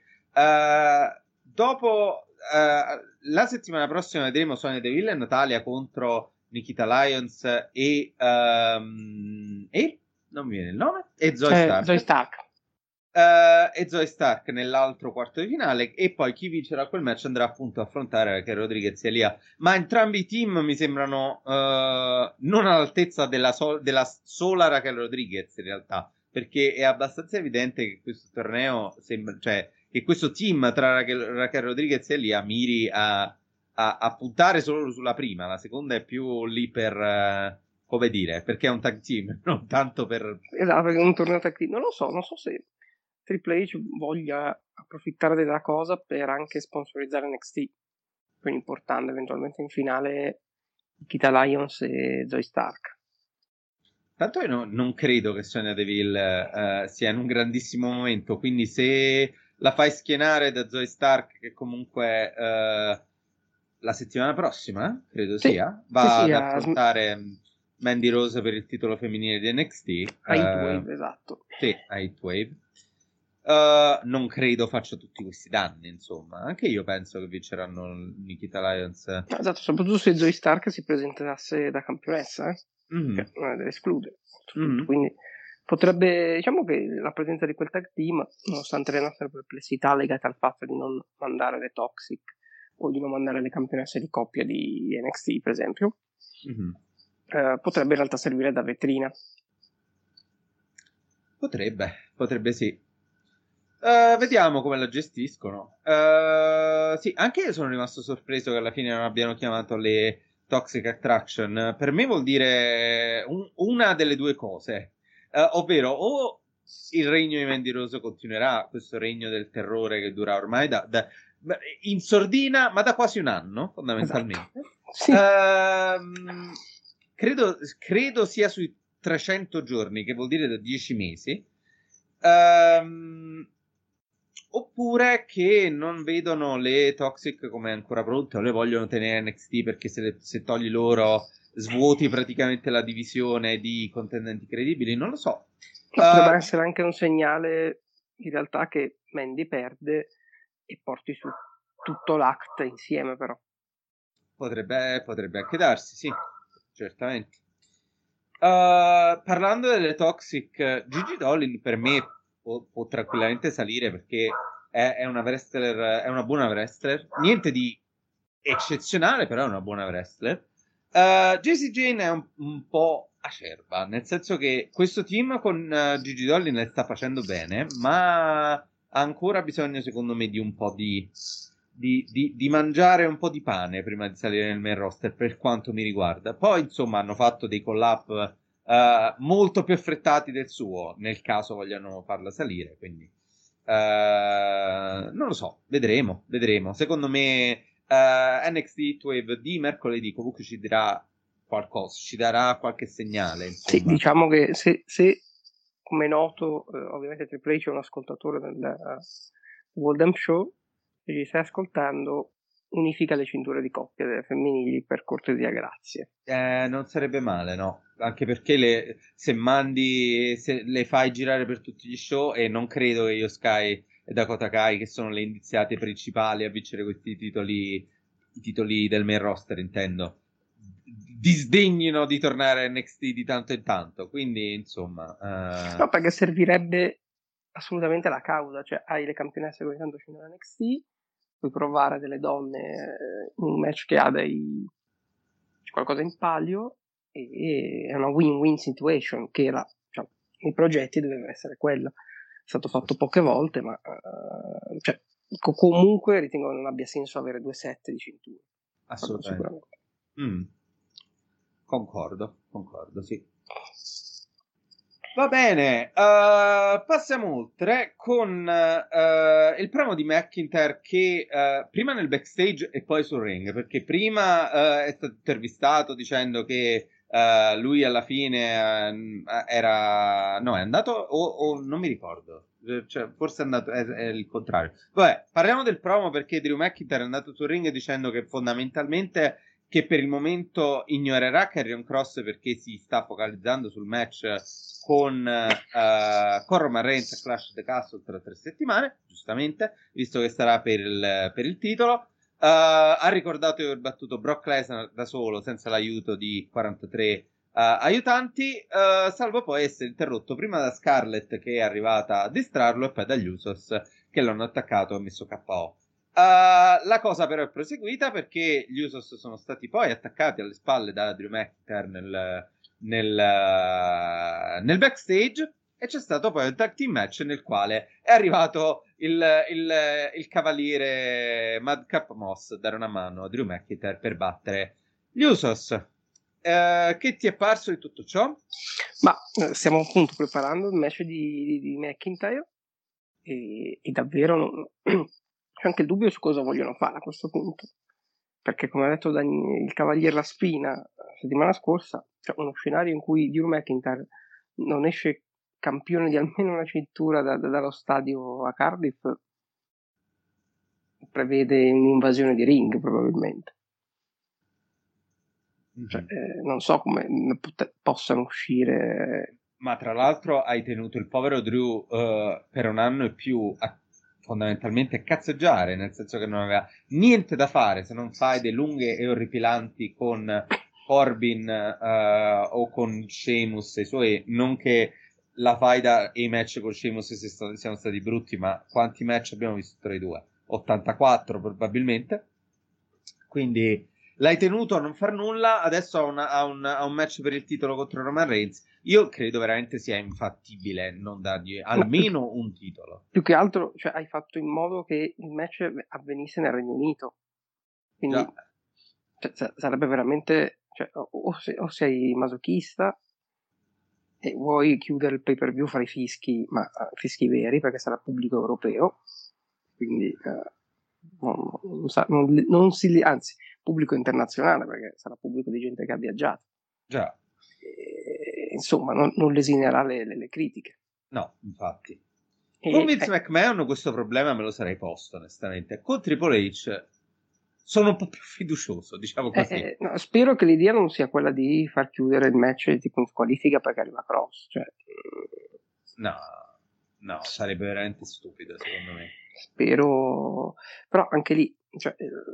[SPEAKER 7] dopo la settimana prossima vedremo Sonya Deville e Natalia contro Nikita Lyons e non mi viene il nome, e Zoe Stark. E Zoe Stark nell'altro quarto di finale, e poi chi vincerà quel match andrà appunto a affrontare Raquel Rodriguez e Aliyah. Ma entrambi i team mi sembrano non all'altezza della sola Raquel Rodriguez, in realtà, perché è abbastanza evidente che questo torneo cioè che questo team tra Raquel Rodriguez e Aliyah miri a puntare solo sulla prima. La seconda è più lì per come dire, perché è un tag team, non tanto per...
[SPEAKER 8] Esatto, perché è un torneo tag team. Non so se Triple H voglia approfittare della cosa per anche sponsorizzare NXT, quindi portando eventualmente in finale Nikita Lyons e Zoe Stark.
[SPEAKER 7] Tanto io non credo che Sonya Deville sia in un grandissimo momento, quindi se la fai schienare da Zoe Stark, che comunque la settimana prossima, credo sia, va ad affrontare Mandy Rose per il titolo femminile di NXT.
[SPEAKER 8] Heatwave, esatto.
[SPEAKER 7] Sì, Heatwave. Non credo faccia tutti questi danni, insomma. Anche io penso che vinceranno Nikita Lyons.
[SPEAKER 8] Esatto, soprattutto se Zoe Stark si presentasse da campionessa,
[SPEAKER 7] Mm-hmm.
[SPEAKER 8] Cioè, non è da escludere.
[SPEAKER 7] Mm-hmm.
[SPEAKER 8] Quindi potrebbe, diciamo che la presenza di quel tag team, nonostante le nostre perplessità legate al fatto di non mandare le Toxic o di non mandare le campionesse di coppia di NXT, per esempio, potrebbe in realtà servire da vetrina.
[SPEAKER 7] Potrebbe sì. Vediamo come la gestiscono. Sì, anche io sono rimasto sorpreso che alla fine non abbiano chiamato le Toxic Attraction. Per me vuol dire una delle due cose, ovvero o il regno di Mandy Rose continuerà, questo regno del terrore che dura ormai in sordina, ma da quasi un anno, fondamentalmente.
[SPEAKER 8] Esatto. Sì.
[SPEAKER 7] Credo sia sui 300 giorni, che vuol dire da 10 mesi. Oppure che non vedono le Toxic come ancora pronte o le vogliono tenere NXT perché se togli loro svuoti praticamente la divisione di contendenti credibili, non lo so.
[SPEAKER 8] Potrebbe essere anche un segnale in realtà che Mandy perde e porti su tutto l'ACT insieme, però.
[SPEAKER 7] Potrebbe anche darsi, sì, certamente. Parlando delle Toxic, Gigi Dolin per me può tranquillamente salire perché è una wrestler, è una buona wrestler, niente di eccezionale, però è una buona wrestler. Jacy Jane è un po' acerba, nel senso che questo team con Gigi Dolin le sta facendo bene, ma ha ancora bisogno, secondo me, di un po' di mangiare un po' di pane prima di salire nel main roster, per quanto mi riguarda. Poi, insomma, hanno fatto dei collab molto più affrettati del suo, nel caso vogliano farla salire, quindi non lo so, vedremo. Secondo me NXT Heatwave di mercoledì comunque ci dirà qualcosa, ci darà qualche segnale, insomma.
[SPEAKER 8] Sì, diciamo che se come è noto, ovviamente Triple H è un ascoltatore del World Am Show, se ci stai ascoltando, unifica le cinture di coppia delle femminili, per cortesia, grazie.
[SPEAKER 7] Non sarebbe male, no? Anche perché se le fai girare per tutti gli show, e non credo che Io Sky e Dakota Kai, che sono le indiziate principali a vincere questi titoli, i titoli del main roster, intendo, disdegnino di tornare a NXT di tanto in tanto. Quindi, insomma...
[SPEAKER 8] No, perché servirebbe assolutamente la causa, cioè hai le campionesse che ogni tanto scendono a NXT, puoi provare delle donne in un match che ha c'è qualcosa in palio, e è una win-win situation, che era, cioè, nei progetti doveva essere quella. È stato fatto poche volte, ma cioè, comunque ritengo che non abbia senso avere 2 set di cinture.
[SPEAKER 7] Assolutamente. Concordo, sì. Va bene, passiamo oltre con il promo di McIntyre, che prima nel backstage e poi sul ring, perché prima è stato intervistato dicendo che lui alla fine è andato o non mi ricordo, cioè, forse è andato, è il contrario. Vabbè, parliamo del promo, perché Drew McIntyre è andato sul ring dicendo che fondamentalmente che per il momento ignorerà Karrion Kross perché si sta focalizzando sul match con Roman Reigns e Clash the Castle tra 3 settimane, giustamente, visto che sarà per il titolo. Ha ricordato di aver battuto Brock Lesnar da solo, senza l'aiuto di 43 aiutanti, salvo poi essere interrotto prima da Scarlett, che è arrivata a distrarlo, e poi dagli Usos, che l'hanno attaccato e messo KO. La cosa però è proseguita, perché gli Usos sono stati poi attaccati alle spalle da Drew McIntyre nel backstage, e c'è stato poi un tag team match nel quale è arrivato il cavaliere Madcap Moss a dare una mano a Drew McIntyre per battere gli Usos. Che ti è parso di tutto ciò?
[SPEAKER 8] Ma stiamo appunto preparando il match di McIntyre, e davvero c'è anche il dubbio su cosa vogliono fare a questo punto, perché, come ha detto il Cavaliere La Spina la settimana scorsa, c'è uno scenario in cui Drew McIntyre non esce campione di almeno una cintura dallo stadio a Cardiff, prevede un'invasione di ring, probabilmente. Cioè, non so come possano uscire.
[SPEAKER 7] Ma tra l'altro hai tenuto il povero Drew per un anno e più a fondamentalmente cazzeggiare, nel senso che non aveva niente da fare se non fai delle lunghe e orripilanti con Corbin o con Sheamus e i suoi, non che la faida e i match con Sheamus siano stati brutti, ma quanti match abbiamo visto tra i due? 84 probabilmente. Quindi l'hai tenuto a non far nulla, adesso ha un match per il titolo contro Roman Reigns. Io credo veramente sia infattibile non dargli almeno un titolo.
[SPEAKER 8] Più che altro, cioè, hai fatto in modo che il match avvenisse nel Regno Unito. Quindi cioè, sarebbe veramente... Cioè, o sei masochista e vuoi chiudere il pay-per-view, fare i fischi, ma fischi veri, perché sarà pubblico europeo. Quindi... anzi, pubblico internazionale, perché sarà pubblico di gente che ha viaggiato.
[SPEAKER 7] Già.
[SPEAKER 8] Insomma, non lesinerà le critiche.
[SPEAKER 7] No, infatti. Con Vince McMahon questo problema me lo sarei posto, onestamente. Con Triple H sono un po' più fiducioso, diciamo così.
[SPEAKER 8] No, spero che l'idea non sia quella di far chiudere il match tipo in qualifica perché arriva Cross. Cioè...
[SPEAKER 7] No, sarebbe veramente stupido, secondo me.
[SPEAKER 8] Spero, però anche lì, cioè,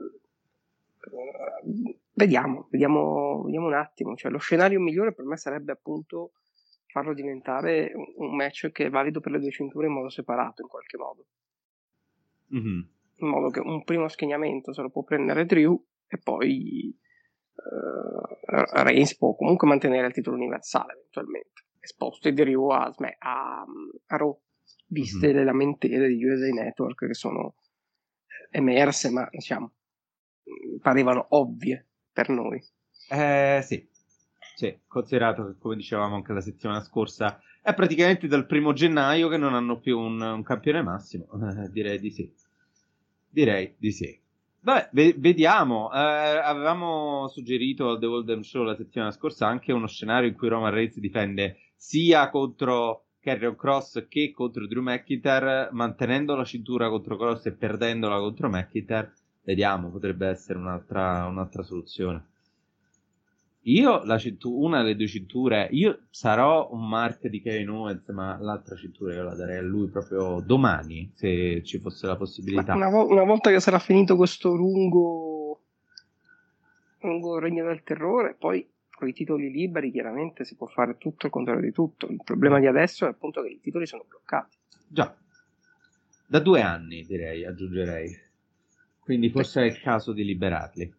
[SPEAKER 8] vediamo un attimo. Cioè, lo scenario migliore per me sarebbe appunto farlo diventare un match che è valido per le due cinture in modo separato, in qualche modo.
[SPEAKER 7] Mm-hmm.
[SPEAKER 8] In modo che un primo schienamento se lo può prendere Drew e poi Reigns può comunque mantenere il titolo universale eventualmente, esposto e Drew a Raw, viste le lamentele di USA Network che sono emerse, ma diciamo parevano ovvie per noi.
[SPEAKER 7] Sì, considerato che, come dicevamo anche la settimana scorsa, è praticamente dal 1 gennaio che non hanno più un campione massimo. Direi di sì. Vabbè, vediamo. Avevamo suggerito al The Golden Show la settimana scorsa anche uno scenario in cui Roman Reigns difende sia contro Karrion Kross che contro Drew McIntyre, mantenendo la cintura contro Kross e perdendola contro McIntyre. Vediamo, potrebbe essere un'altra soluzione. Io una delle due cinture, io sarò un mark di Kevin Owens, ma l'altra cintura io la darei a lui proprio domani, se ci fosse la possibilità.
[SPEAKER 8] Una volta che sarà finito questo lungo regno del terrore, poi con i titoli liberi chiaramente si può fare tutto il contrario di tutto. Il problema di adesso è appunto che i titoli sono bloccati.
[SPEAKER 7] Già, da 2 anni direi, aggiungerei. Quindi forse è il caso di liberarli.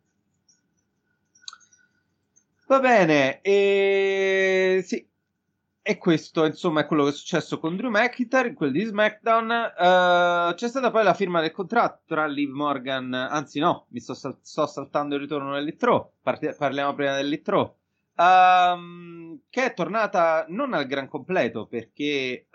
[SPEAKER 7] Va bene, sì. E questo, insomma, è quello che è successo con Drew McIntyre in quel di SmackDown. C'è stata poi la firma del contratto tra Liv Morgan, anzi no, mi sto saltando il ritorno dell'Elite Raw. Parliamo prima dell'Elite Raw. Che è tornata non al gran completo perché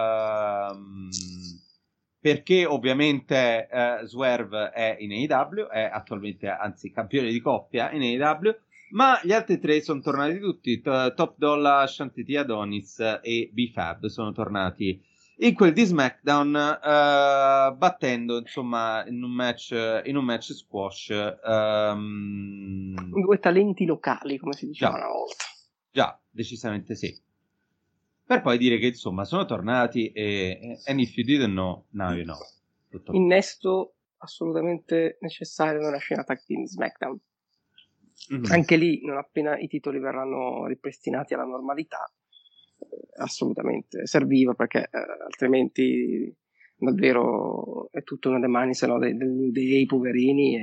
[SPEAKER 7] ovviamente Swerve è in AEW, è attualmente, anzi, campione di coppia in AEW. Ma gli altri 3 sono tornati tutti. Top Dollar, Shanti T. Adonis e B-Fab sono tornati in quel di SmackDown, battendo insomma in un match squash
[SPEAKER 8] 2 talenti locali, come si diceva una volta.
[SPEAKER 7] Già, decisamente sì. Per poi dire che insomma sono tornati and if you didn't know, now you know.
[SPEAKER 8] Innesto assolutamente necessario nella scena tag team SmackDown.
[SPEAKER 7] Mm-hmm.
[SPEAKER 8] Anche lì, non appena i titoli verranno ripristinati alla normalità, assolutamente serviva, perché altrimenti davvero è tutto nelle mani, se no, del New Day, poverini,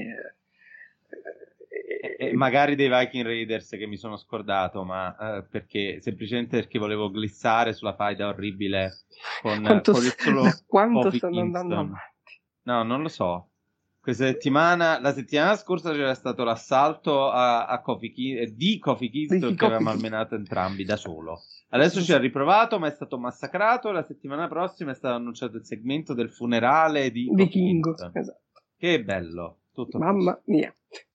[SPEAKER 7] e magari dei Viking Raiders, che mi sono scordato, ma semplicemente perché volevo glissare sulla faida orribile con il solo
[SPEAKER 8] quanto stanno andando avanti?
[SPEAKER 7] No, non lo so. La settimana scorsa c'era stato l'assalto a Kofi Kingston, che aveva malmenato entrambi da solo. Adesso ci ha riprovato, ma è stato massacrato. La settimana prossima è stato annunciato il segmento del funerale di Kofi Kingston.
[SPEAKER 8] Esatto.
[SPEAKER 7] Che bello, tutto
[SPEAKER 8] mamma mia.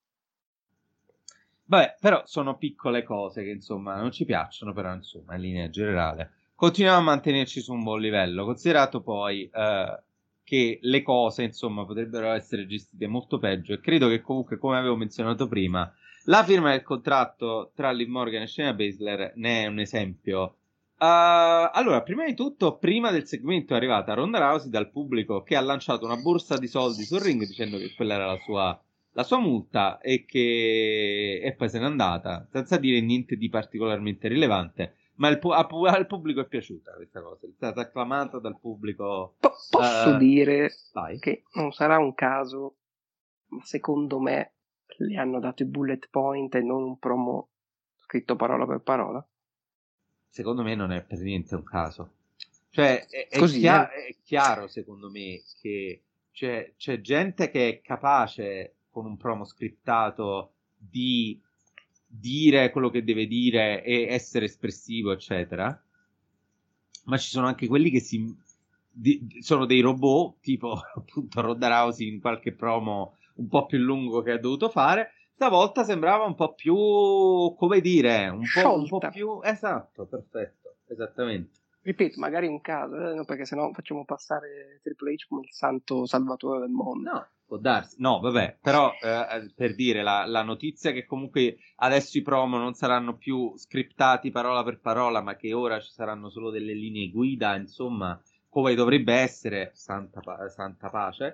[SPEAKER 7] Vabbè, però sono piccole cose che insomma non ci piacciono, però insomma in linea generale continuiamo a mantenerci su un buon livello, considerato poi che le cose insomma potrebbero essere gestite molto peggio, e credo che comunque, come avevo menzionato prima, La firma del contratto tra Liv Morgan e Shayna Baszler ne è un esempio. Allora, prima di tutto, prima del segmento è arrivata Ronda Rousey dal pubblico che ha lanciato una borsa di soldi sul ring dicendo che quella era la sua multa e poi se n'è andata senza dire niente di particolarmente rilevante. Ma al pubblico è piaciuta questa cosa, è stata acclamata dal pubblico.
[SPEAKER 8] Posso dire
[SPEAKER 7] vai.
[SPEAKER 8] che non sarà un caso, ma secondo me le hanno dato i bullet point e non un promo scritto parola per parola.
[SPEAKER 7] Secondo me non è per niente un caso. Cioè, è chiaro, secondo me, che c'è gente che è capace con un promo scriptato di dire quello che deve dire e essere espressivo, eccetera. Ma ci sono anche quelli che sono dei robot, tipo appunto Ronda Rousey in qualche promo un po' più lungo che ha dovuto fare. Stavolta sembrava un po' più, come dire, un po' più... Esatto, perfetto, esattamente.
[SPEAKER 8] Ripeto, magari un caso, no, perché sennò facciamo passare Triple H come il santo salvatore del mondo.
[SPEAKER 7] No, può darsi. No, vabbè, però per dire, la notizia che comunque adesso i promo non saranno più scriptati parola per parola, ma che ora ci saranno solo delle linee guida, insomma, come dovrebbe essere, santa pace,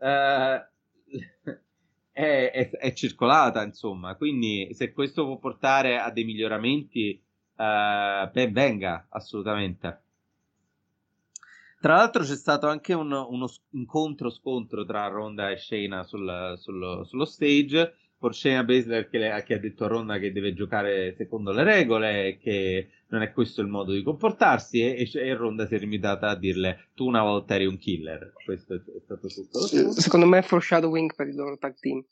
[SPEAKER 7] è circolata, insomma, quindi se questo può portare a dei miglioramenti, ben venga, assolutamente. Tra l'altro c'è stato anche uno incontro-scontro tra Ronda e Shayna sullo stage, con Shayna Baszler che ha detto a Ronda che deve giocare secondo le regole e che non è questo il modo di comportarsi, e Ronda si è limitata a dirle: tu una volta eri un killer. Questo è stato tutto.
[SPEAKER 8] Secondo me è foreshadowing per il loro tag team.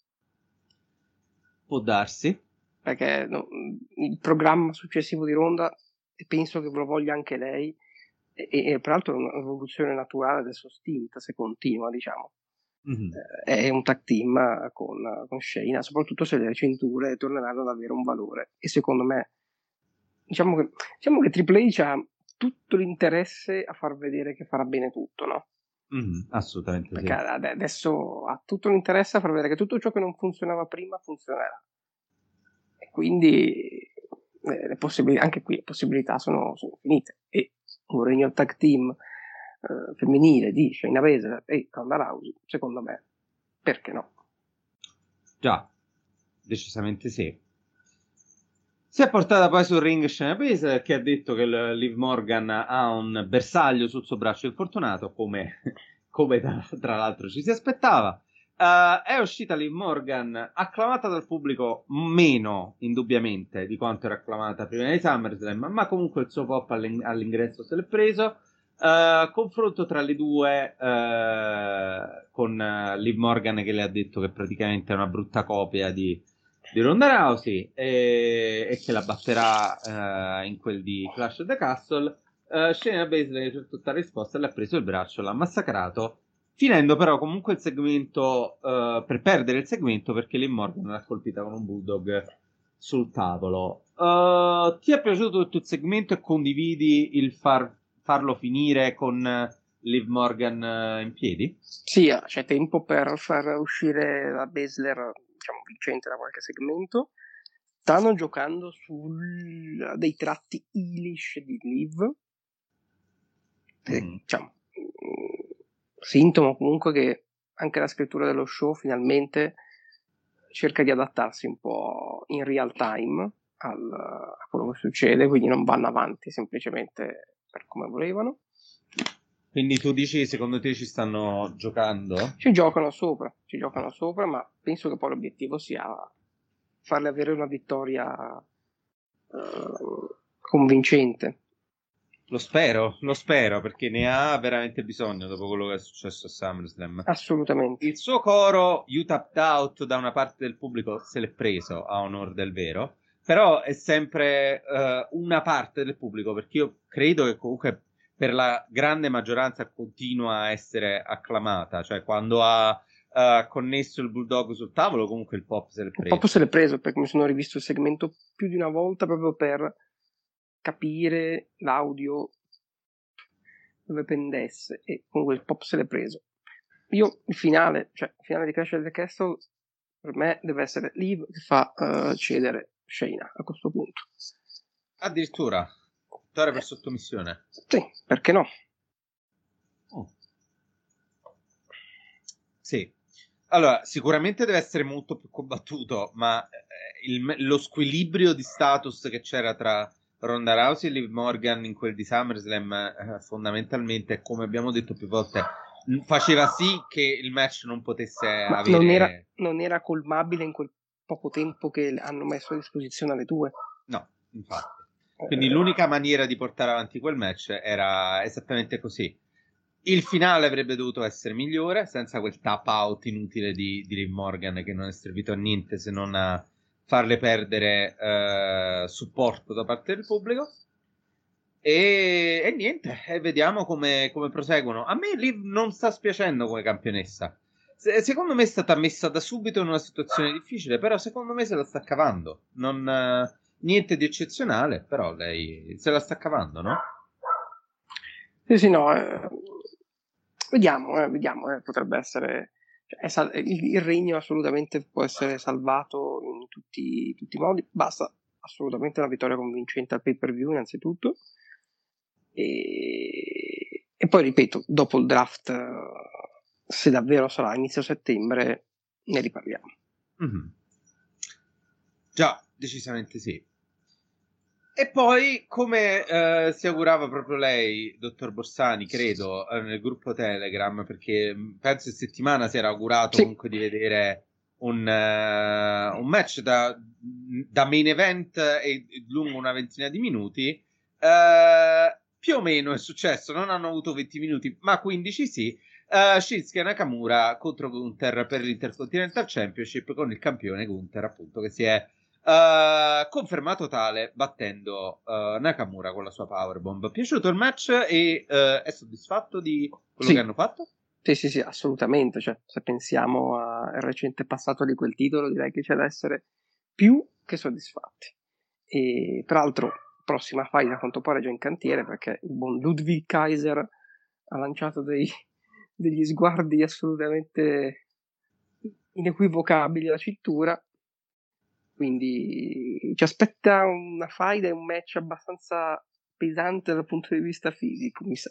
[SPEAKER 7] Può darsi.
[SPEAKER 8] Perché il programma successivo di Ronda, e penso che lo voglia anche lei, e peraltro è un'evoluzione naturale adesso stint, se continua, diciamo. Mm-hmm. È un tag team con Shayna, soprattutto se le cinture torneranno ad avere un valore, e secondo me diciamo che Triple H ha tutto l'interesse a far vedere che farà bene tutto, no?
[SPEAKER 7] Mm-hmm, assolutamente.
[SPEAKER 8] Perché adesso ha tutto l'interesse a far vedere che tutto ciò che non funzionava prima funzionerà, e quindi anche qui le possibilità sono finite, e un regno tag team femminile di Shayna Baszler e Ronda Rousey, secondo me, perché no?
[SPEAKER 7] Già, decisamente sì. Si è portata poi sul ring Shayna Baszler, che ha detto che Liv Morgan ha un bersaglio sul suo braccio infortunato, come tra l'altro ci si aspettava. È uscita Liv Morgan acclamata dal pubblico, meno indubbiamente di quanto era acclamata prima di SummerSlam, ma comunque il suo pop all'ingresso se l'è preso. Confronto tra le due, con Liv Morgan che le ha detto che praticamente è una brutta copia di Ronda Rousey e che la batterà in quel di Clash of the Castle. Shayna Baszler per tutta la risposta le ha preso il braccio, l'ha massacrato, finendo però comunque il segmento per perdere il segmento perché Liv Morgan l'ha colpita con un bulldog sul tavolo. Ti è piaciuto tutto il segmento e condividi il farlo finire con Liv Morgan in piedi?
[SPEAKER 8] Sì, c'è tempo per far uscire la Baszler, diciamo, vincente da qualche segmento. Stanno giocando su dei tratti heelish di Liv, diciamo, sintomo comunque che anche la scrittura dello show finalmente cerca di adattarsi un po' in real time a quello che succede, quindi non vanno avanti semplicemente per come volevano.
[SPEAKER 7] Quindi tu dici, secondo te ci stanno giocando?
[SPEAKER 8] Ci giocano sopra, ma penso che poi l'obiettivo sia farle avere una vittoria convincente.
[SPEAKER 7] Lo spero, perché ne ha veramente bisogno dopo quello che è successo a SummerSlam.
[SPEAKER 8] Assolutamente.
[SPEAKER 7] Il suo coro You Tapped Out da una parte del pubblico se l'è preso, a onor del vero, però è sempre una parte del pubblico, perché io credo che comunque per la grande maggioranza continua a essere acclamata, cioè quando ha connesso il bulldog sul tavolo comunque il pop se l'è preso.
[SPEAKER 8] Il pop se l'è preso, perché mi sono rivisto il segmento più di una volta proprio per capire l'audio dove pendesse, e comunque il pop se l'è preso. Io il finale di Clash of the Castle Per me deve essere Liv che fa cedere Shayna a questo punto.
[SPEAKER 7] Addirittura vittoria per sottomissione.
[SPEAKER 8] Sì, perché no?
[SPEAKER 7] Sì. Allora, sicuramente deve essere molto più combattuto, ma lo squilibrio di status che c'era tra Ronda Rousey e Liv Morgan in quel di SummerSlam, fondamentalmente, come abbiamo detto più volte, faceva sì che il match non potesse avere...
[SPEAKER 8] Non era colmabile in quel poco tempo che hanno messo a disposizione alle due.
[SPEAKER 7] No, infatti. Quindi l'unica maniera di portare avanti quel match era esattamente così. Il finale avrebbe dovuto essere migliore, senza quel tap out inutile di Liv Morgan che non è servito a niente se non a farle perdere supporto da parte del pubblico. E niente, vediamo come proseguono. A me Liv non sta spiacendo come campionessa. Secondo me è stata messa da subito in una situazione difficile, però secondo me se la sta cavando. Niente di eccezionale, però lei se la sta cavando, no?
[SPEAKER 8] Sì, no. Vediamo, potrebbe essere... il regno assolutamente può essere salvato in tutti i modi. Basta assolutamente una vittoria convincente al pay-per-view innanzitutto. E poi ripeto, dopo il draft, se davvero sarà inizio settembre, ne riparliamo.
[SPEAKER 7] Mm-hmm. Già, decisamente sì. E poi, come si augurava proprio lei, dottor Borsani, credo, nel gruppo Telegram, perché penso in settimana si era augurato comunque di vedere un match da main event e lungo una ventina di minuti, più o meno è successo, non hanno avuto 20 minuti, ma 15 sì. Shinsuke Nakamura contro Gunther per l'Intercontinental Championship, con il campione Gunther, appunto, che si è confermato tale battendo Nakamura con la sua powerbomb. Piaciuto il match e è soddisfatto di quello che hanno fatto?
[SPEAKER 8] Sì, assolutamente. Cioè, se pensiamo al recente passato di quel titolo, direi che c'è da essere più che soddisfatti. E peraltro prossima fight a quanto pare già in cantiere, perché il buon Ludwig Kaiser ha lanciato degli sguardi assolutamente inequivocabili alla cintura. Quindi ci aspetta una fight e un match abbastanza pesante dal punto di vista fisico, mi sa.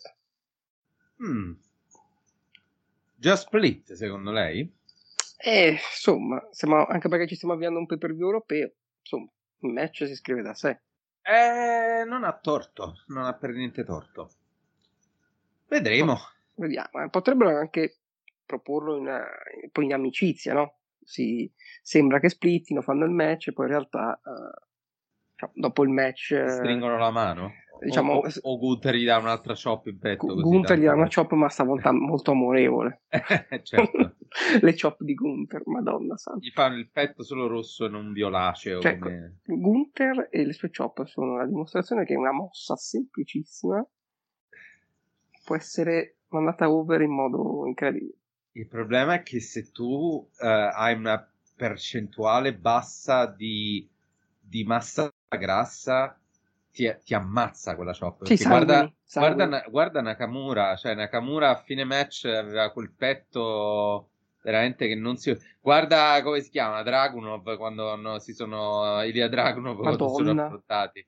[SPEAKER 7] Già split, secondo lei?
[SPEAKER 8] Insomma, anche perché ci stiamo avviando un pay-per-view europeo, insomma, il match si scrive da sé.
[SPEAKER 7] Non ha torto, non ha per niente torto. Vedremo.
[SPEAKER 8] Vediamo, potrebbero anche proporlo poi in amicizia, no? Sembra che splittino, fanno il match e poi in realtà dopo il match
[SPEAKER 7] stringono la mano,
[SPEAKER 8] diciamo,
[SPEAKER 7] o Gunther gli dà un'altra chop in petto, così
[SPEAKER 8] Gunther gli dà una chop, ma stavolta molto amorevole.
[SPEAKER 7] Certo.
[SPEAKER 8] Le chop di Gunther, madonna santa,
[SPEAKER 7] gli fanno il petto solo rosso e non violaceo,
[SPEAKER 8] cioè,
[SPEAKER 7] come...
[SPEAKER 8] Gunther e le sue chop sono la dimostrazione che una mossa semplicissima può essere mandata over in modo incredibile.
[SPEAKER 7] Il problema è che se tu hai una percentuale bassa di massa grassa, ti ammazza quella chop.
[SPEAKER 8] Sì,
[SPEAKER 7] guarda Nakamura, cioè Nakamura a fine match aveva quel petto veramente che non si... Guarda come si chiama, Dragunov, quando Ilya Dragunov quando sono affrontati.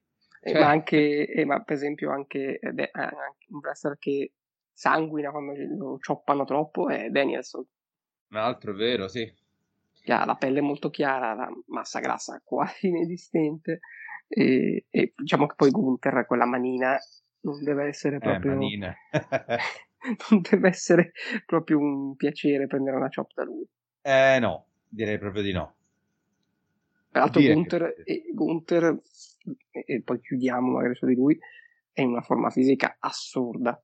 [SPEAKER 8] Ma per esempio anche un wrestler che sanguina quando lo cioppano troppo è Danielson.
[SPEAKER 7] Un altro è vero, sì.
[SPEAKER 8] Che ha la pelle molto chiara, la massa grassa quasi inesistente e diciamo che poi Gunther, quella manina, non deve essere proprio
[SPEAKER 7] manina.
[SPEAKER 8] non deve essere proprio un piacere prendere una chop da lui.
[SPEAKER 7] No, direi proprio di no.
[SPEAKER 8] Peraltro Gunther, e poi chiudiamo magari su di lui, è in una forma fisica assurda.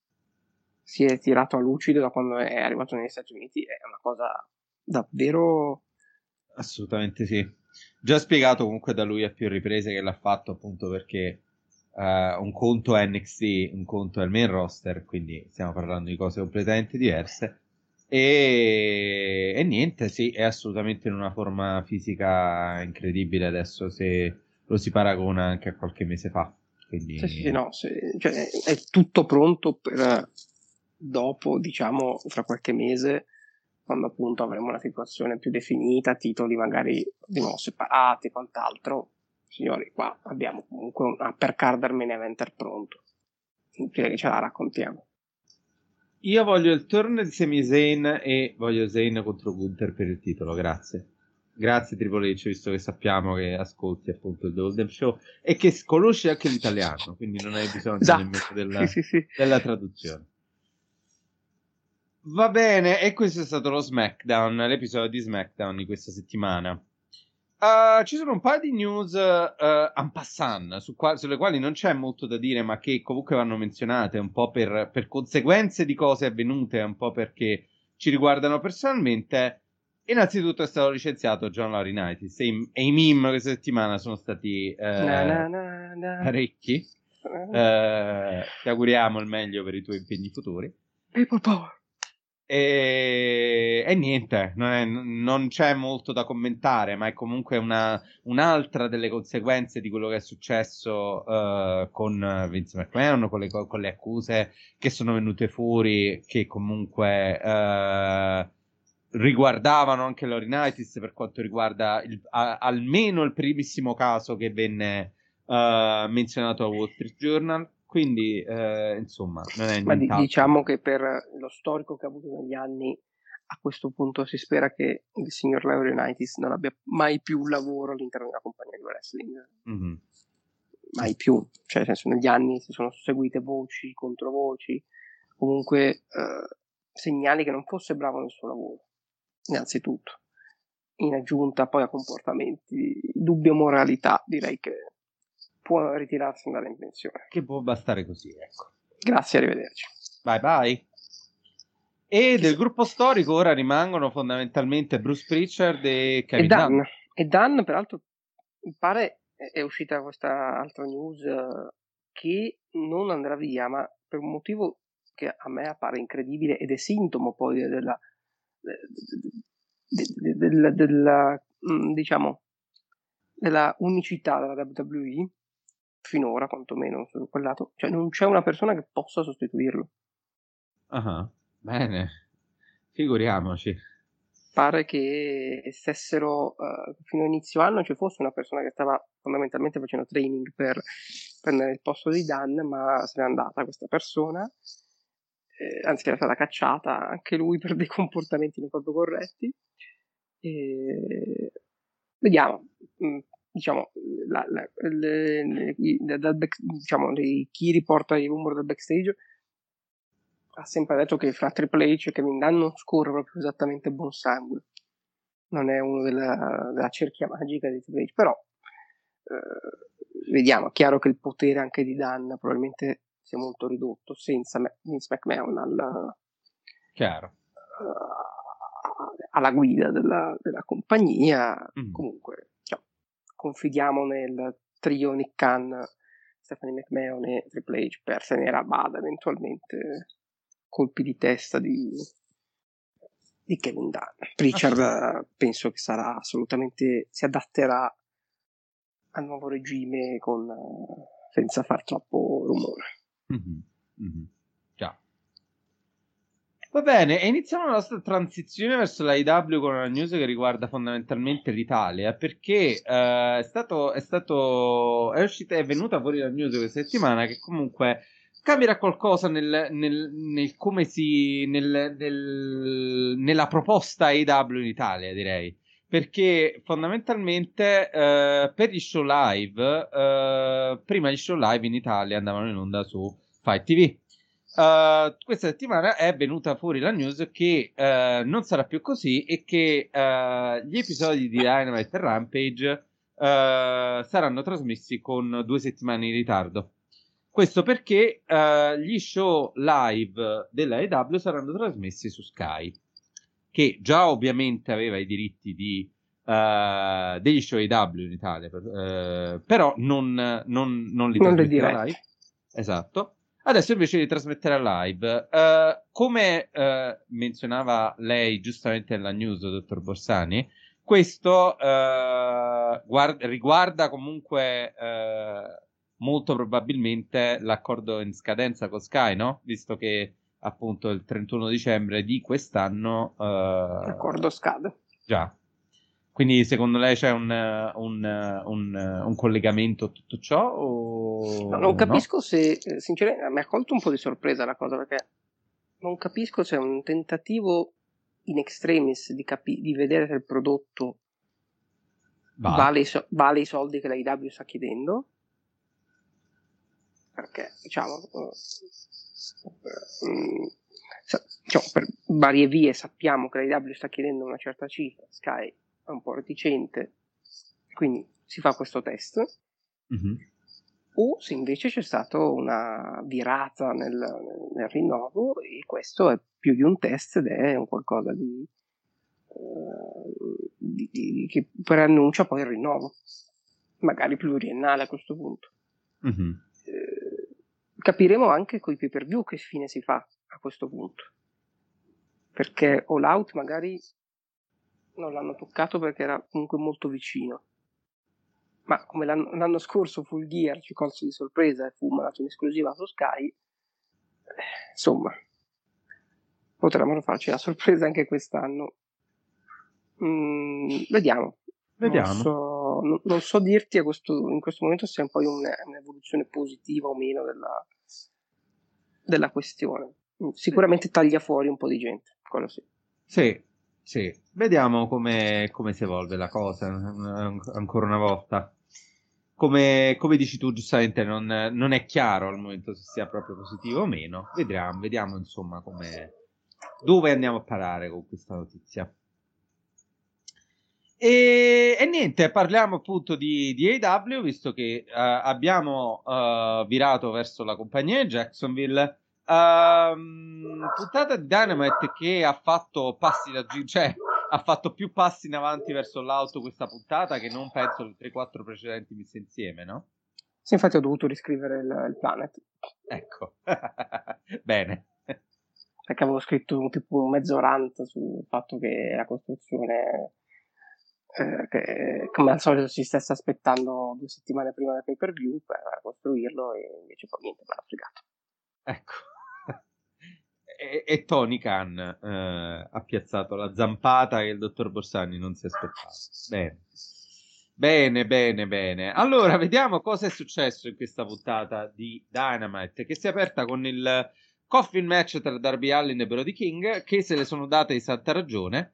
[SPEAKER 8] Si è tirato a lucido da quando è arrivato negli Stati Uniti, è una cosa davvero...
[SPEAKER 7] Assolutamente sì. Già spiegato comunque da lui a più riprese che l'ha fatto, appunto perché un conto è NXT, un conto è il main roster, quindi stiamo parlando di cose completamente diverse. E niente, sì, è assolutamente in una forma fisica incredibile adesso, se lo si paragona anche a qualche mese fa. Quindi...
[SPEAKER 8] cioè, è tutto pronto per dopo, diciamo, fra qualche mese, quando appunto avremo una situazione più definita, titoli magari di nuovo separati e quant'altro. Signori, qua abbiamo comunque un uppercard main eventer pronto. Direi che ce la raccontiamo.
[SPEAKER 7] Io voglio il turn di Sami Zayn e voglio Zayn contro Gunther per il titolo, grazie. Grazie Triple H, visto che sappiamo che ascolti appunto il The Golden Show e che conosci anche l'italiano, quindi non hai bisogno nemmeno della traduzione. Va bene, e questo è stato lo SmackDown, l'episodio di SmackDown di questa settimana. Ci sono un paio di news en passant sulle quali non c'è molto da dire, ma che comunque vanno menzionate un po' per conseguenze di cose avvenute, un po' perché ci riguardano personalmente. Innanzitutto è stato licenziato John Laurinaitis e i meme questa settimana sono stati parecchi. Ti auguriamo il meglio per i tuoi impegni futuri.
[SPEAKER 8] People power.
[SPEAKER 7] E niente, non c'è molto da commentare, ma è comunque un'altra delle conseguenze di quello che è successo con Vince McMahon, con le accuse che sono venute fuori, che comunque riguardavano anche Laurinaitis per quanto riguarda almeno il primissimo caso che venne menzionato al Wall Street Journal. Quindi, insomma, non è nient'altro.
[SPEAKER 8] Ma diciamo che per lo storico che ha avuto negli anni, a questo punto si spera che il signor Laurinaitis non abbia mai più un lavoro all'interno della compagnia di wrestling.
[SPEAKER 7] Mm-hmm.
[SPEAKER 8] Mai più. Cioè, nel senso, negli anni si sono seguite voci, controvoci, comunque segnali che non fosse bravo nel suo lavoro, innanzitutto. In aggiunta poi a comportamenti di dubbia moralità, direi che può ritirarsi e andare in pensione.
[SPEAKER 7] Che può bastare così, ecco.
[SPEAKER 8] Grazie, arrivederci.
[SPEAKER 7] Bye bye. E del gruppo storico ora rimangono fondamentalmente Bruce Pritchard e Kevin Dunn.
[SPEAKER 8] E Dunn, peraltro, mi pare è uscita questa altra news che non andrà via, ma per un motivo che a me appare incredibile ed è sintomo poi diciamo della unicità della WWE finora, quantomeno su quel lato, cioè non c'è una persona che possa sostituirlo.
[SPEAKER 7] Bene, figuriamoci.
[SPEAKER 8] Pare che stessero fino a inizio anno ci fosse una persona che stava fondamentalmente facendo training per prendere il posto di Dan, ma se n'è andata questa persona, anzi era stata cacciata anche lui per dei comportamenti non proprio corretti. Vediamo. Diciamo, chi riporta i rumor del backstage ha sempre detto che fra Triple H e Kevin Dunn non scorre proprio esattamente buon sangue, non è uno della cerchia magica di Triple H, però vediamo. È chiaro che il potere anche di Dunn probabilmente sia molto ridotto senza Vince McMahon alla guida della compagnia. Comunque confidiamo nel trio Nick Khan, Stephanie McMahon e Triple H per tenere a bada eventualmente colpi di testa di Kevin Dunn. Pritchard penso che sarà assolutamente, si adatterà al nuovo regime senza far troppo rumore.
[SPEAKER 7] Già. Va bene, e iniziamo la nostra transizione verso la IW con una news che riguarda fondamentalmente l'Italia, perché è venuta fuori la news questa settimana che comunque cambierà qualcosa nel come nella proposta AEW in Italia, direi. Perché fondamentalmente per gli show live, prima gli show live in Italia andavano in onda su Fight TV. Questa settimana è venuta fuori la news che non sarà più così e che gli episodi di Dynamite e Rampage saranno trasmessi con 2 settimane di ritardo. Questo perché gli show live della AEW saranno trasmessi su Sky, che già ovviamente aveva i diritti degli show AEW in Italia, però non li trasmetterà live. Esatto. Adesso invece di trasmettere live, come menzionava lei giustamente nella news, dottor Borsani, questo riguarda comunque molto probabilmente l'accordo in scadenza con Sky, no? Visto che appunto il 31 dicembre di quest'anno.
[SPEAKER 8] L'accordo scade.
[SPEAKER 7] Già. Quindi secondo lei c'è un collegamento a tutto ciò? O
[SPEAKER 8] Non capisco se, sinceramente, mi ha colto un po' di sorpresa la cosa, perché non capisco se è un tentativo in extremis di vedere se il prodotto vale i soldi che la IW sta chiedendo, perché diciamo per varie vie sappiamo che la IW sta chiedendo una certa cifra, Sky è un po' reticente, quindi si fa questo test.
[SPEAKER 7] Mm-hmm.
[SPEAKER 8] O se invece c'è stata una virata nel rinnovo, e questo è più di un test ed è un qualcosa che preannuncia poi il rinnovo, magari pluriennale a questo punto.
[SPEAKER 7] Mm-hmm.
[SPEAKER 8] Capiremo anche coi pay per view che fine si fa a questo punto, perché All Out magari non l'hanno toccato perché era comunque molto vicino, ma come l'anno scorso Full Gear ci colse di sorpresa e fu mandato in esclusiva su Sky, insomma potrebbero farci la sorpresa anche quest'anno. Vediamo. Non so dirti in questo momento se è poi un'evoluzione positiva o meno della questione. Sicuramente taglia fuori un po' di gente, quello sì.
[SPEAKER 7] Sì. Vediamo come si evolve la cosa ancora una volta. Come dici tu giustamente, non è chiaro al momento se sia proprio positivo o meno. Vediamo insomma dove andiamo a parare con questa notizia. E niente, parliamo appunto di AEW, visto che abbiamo virato verso la compagnia di Jacksonville. Puntata di Dynamite che ha fatto ha fatto più passi in avanti verso l'alto questa puntata che non penso le 3-4 precedenti messe insieme, no?
[SPEAKER 8] Sì, infatti ho dovuto riscrivere il Planet.
[SPEAKER 7] Ecco, bene.
[SPEAKER 8] Perché avevo scritto tipo un mezzo rant sul fatto che la costruzione, che come al solito si stesse aspettando 2 settimane prima del pay per view per costruirlo, e invece poi niente, me l'ha fregato.
[SPEAKER 7] Ecco. E Tony Khan ha piazzato la zampata che il dottor Borsani non si aspettava. Bene. Allora, vediamo cosa è successo in questa puntata di Dynamite, che si è aperta con il coffin match tra Darby Allin e Brody King, che se le sono date di santa ragione.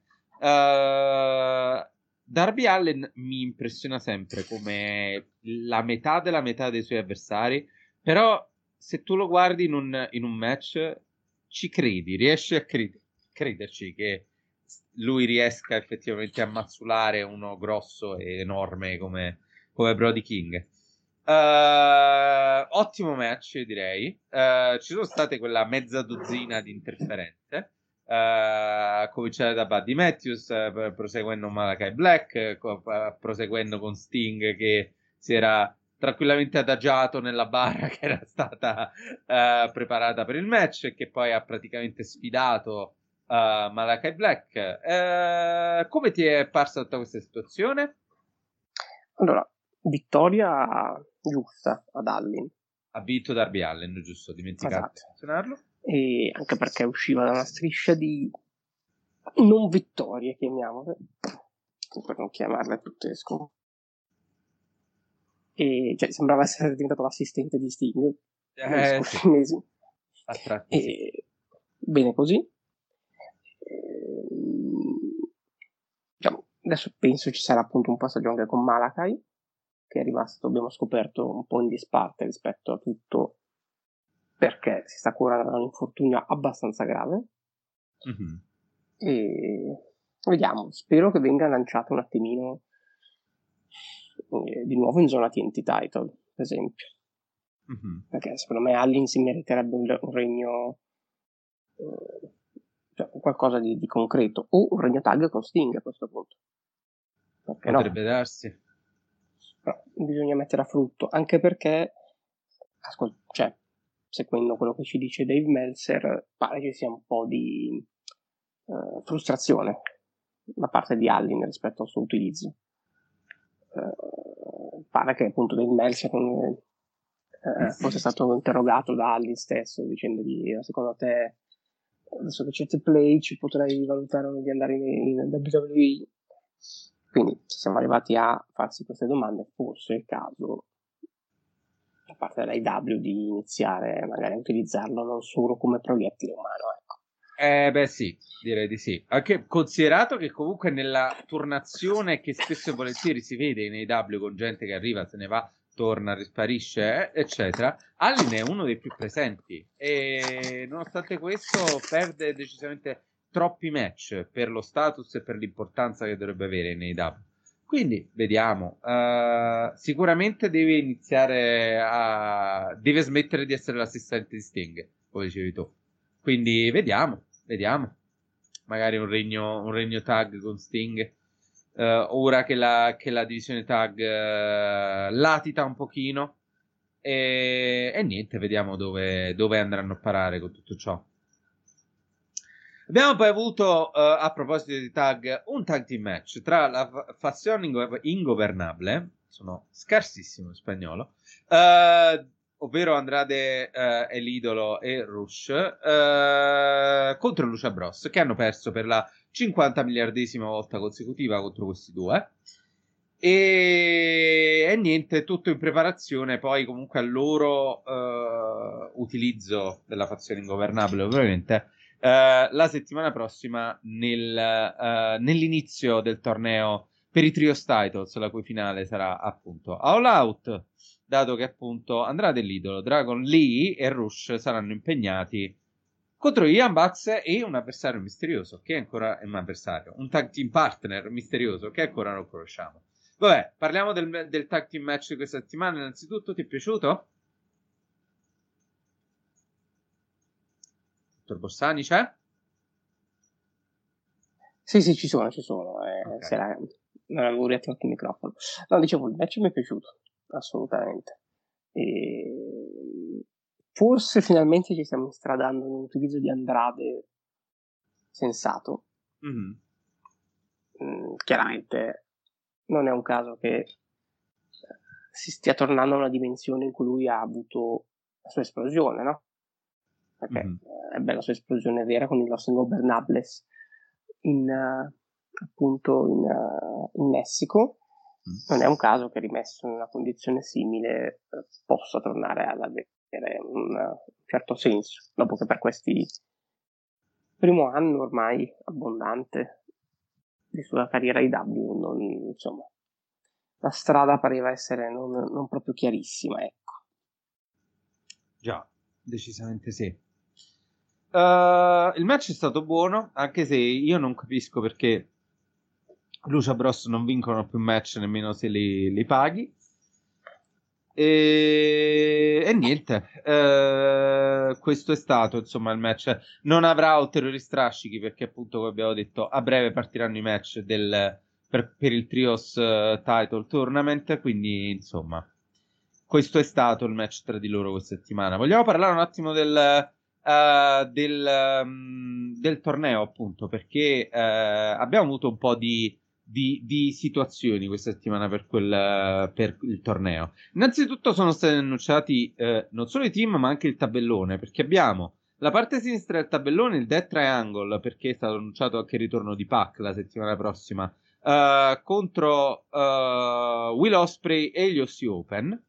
[SPEAKER 7] Darby Allin mi impressiona sempre come la metà della metà dei suoi avversari, però se tu lo guardi in un match ci credi, riesci a crederci che lui riesca effettivamente a mazzulare uno grosso e enorme come Brody King. Ottimo match, direi. Ci sono state quella mezza dozzina di interferenze, cominciare da Buddy Matthews, proseguendo Malachi Black, proseguendo con Sting che si era tranquillamente adagiato nella barra che era stata preparata per il match e che poi ha praticamente sfidato Malachi Black. Come ti è parsa tutta questa situazione?
[SPEAKER 8] Allora, vittoria giusta ad Allin.
[SPEAKER 7] Ha vinto Darby Allin, giusto? Dimenticato di menzionarlo.
[SPEAKER 8] E anche perché usciva da una striscia di non vittorie, chiamiamole, per non chiamarle tutte sconfitte. E cioè sembrava essere diventato l'assistente di Sting negli scorsi mesi. Bene così. Diciamo, adesso penso ci sarà appunto un passaggio anche con Malachi, che è rimasto, abbiamo scoperto, un po' in disparte rispetto a tutto, perché si sta curando da un infortunio abbastanza grave. Mm-hmm. E vediamo, spero che venga lanciato un attimino di nuovo in zona TNT title, per esempio. Mm-hmm. Perché secondo me Allin si meriterebbe un regno, cioè qualcosa di concreto, o un regno tag con Sting a questo punto. Perché
[SPEAKER 7] potrebbe darsi.
[SPEAKER 8] Però bisogna mettere a frutto, anche perché cioè, seguendo quello che ci dice Dave Meltzer, pare ci sia un po' di frustrazione da parte di Allin rispetto al suo utilizzo. Pare che appunto Dave Meltzer fosse stato interrogato da Allin stesso dicendogli: secondo te adesso che c'è Play ci potrei valutare di andare in WWE. Quindi se siamo arrivati a farsi queste domande, forse è il caso da parte dell'AEW di iniziare magari a utilizzarlo non solo come proiettile umano, ecco.
[SPEAKER 7] Beh sì, direi di sì. Anche considerato che comunque nella turnazione che spesso e volentieri si vede nei AEW con gente che arriva, se ne va, torna, risparisce, eccetera, Allin è uno dei più presenti e nonostante questo perde decisamente troppi match per lo status e per l'importanza che dovrebbe avere nei AEW. Quindi vediamo. Sicuramente deve deve smettere di essere l'assistente di Sting, come dicevi tu. Quindi vediamo. Magari un regno tag con Sting. Ora che la divisione tag latita un pochino. E niente, vediamo dove andranno a parare con tutto ciò. Abbiamo poi avuto, a proposito di tag, un tag team match tra la fazione ingovernabile, sono scarsissimo in spagnolo, ovvero Andrade, El Idolo e Rush, contro Lucha Bros, che hanno perso per la 50 miliardesima volta consecutiva contro questi due. E niente, tutto in preparazione poi comunque al loro utilizzo della fazione ingovernabile, ovviamente. La settimana prossima nell'inizio del torneo per i Trios Titles, la cui finale sarà appunto All Out, dato che appunto Andrade l'Idolo, Dragon Lee e Rush saranno impegnati contro gli Young Bucks e un avversario misterioso che ancora è un avversario, un tag team partner misterioso che ancora non conosciamo. Vabbè, parliamo del tag team match di questa settimana. Innanzitutto, ti è piaciuto? Dottor Bossani c'è?
[SPEAKER 8] Sì, ci sono.
[SPEAKER 7] Okay.
[SPEAKER 8] Non avevo riattivato il microfono. No, dicevo, il match mi è piaciuto, assolutamente. E forse finalmente ci stiamo stradando in un utilizzo di Andrade sensato. Chiaramente non è un caso che si stia tornando a una dimensione in cui lui ha avuto la sua esplosione, no? Perché ebbe la sua esplosione vera con il Los Ingobernables appunto in Messico. Non è un caso che rimesso in una condizione simile possa tornare ad avere un certo senso, dopo che per questi primo anno ormai abbondante di sua carriera IW, insomma, la strada pareva essere non proprio chiarissima, ecco.
[SPEAKER 7] Già, decisamente sì. Il match è stato buono, anche se io non capisco perché Lucha Bros non vincono più match nemmeno se li paghi. E niente, questo è stato insomma il match. Non avrà ulteriori strascichi perché appunto come abbiamo detto a breve partiranno i match per il Trios Title Tournament, quindi insomma questo è stato il match tra di loro questa settimana. Vogliamo parlare un attimo del torneo appunto, perché abbiamo avuto un po' di situazioni questa settimana per il torneo. Innanzitutto sono stati annunciati non solo i team ma anche il tabellone, perché abbiamo la parte sinistra del tabellone, il Death Triangle, perché è stato annunciato anche il ritorno di Pac la settimana prossima contro Will Ospreay e gli Aussie Open.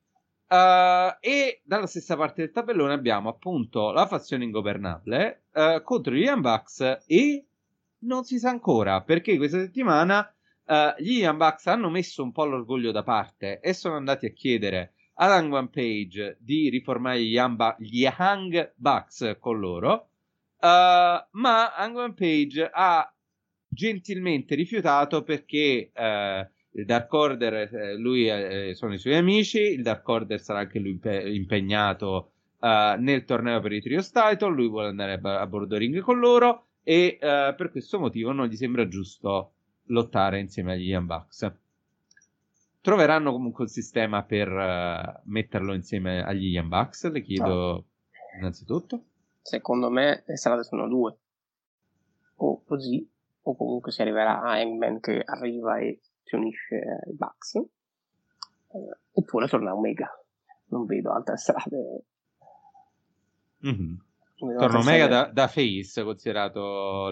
[SPEAKER 7] E dalla stessa parte del tabellone abbiamo appunto la fazione ingovernabile contro gli Young Bucks e non si sa ancora perché questa settimana gli Young Bucks hanno messo un po' l'orgoglio da parte e sono andati a chiedere ad Hangman Page di riformare gli Young Bucks con loro, ma Hangman Page ha gentilmente rifiutato perché il Dark Order, lui sono i suoi amici, il Dark Order sarà anche lui impegnato nel torneo per i Trios Title, lui vuole andare a bordo ring con loro e per questo motivo non gli sembra giusto lottare insieme agli Young Bucks. Troveranno comunque un sistema per metterlo insieme agli Young Bucks? Le chiedo innanzitutto.
[SPEAKER 8] Secondo me le strade sono due, o così o comunque si arriverà a Hangman che arriva e si unisce ai Bucks, oppure torna Omega. Non vedo altre strade.
[SPEAKER 7] Torna Omega da face, considerato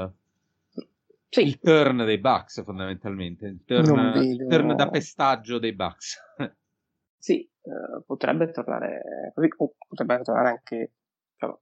[SPEAKER 7] il turn dei Bucks, fondamentalmente. Il turn da pestaggio dei Bucks.
[SPEAKER 8] Sì, potrebbe tornare così, o potrebbe tornare anche... Cioè,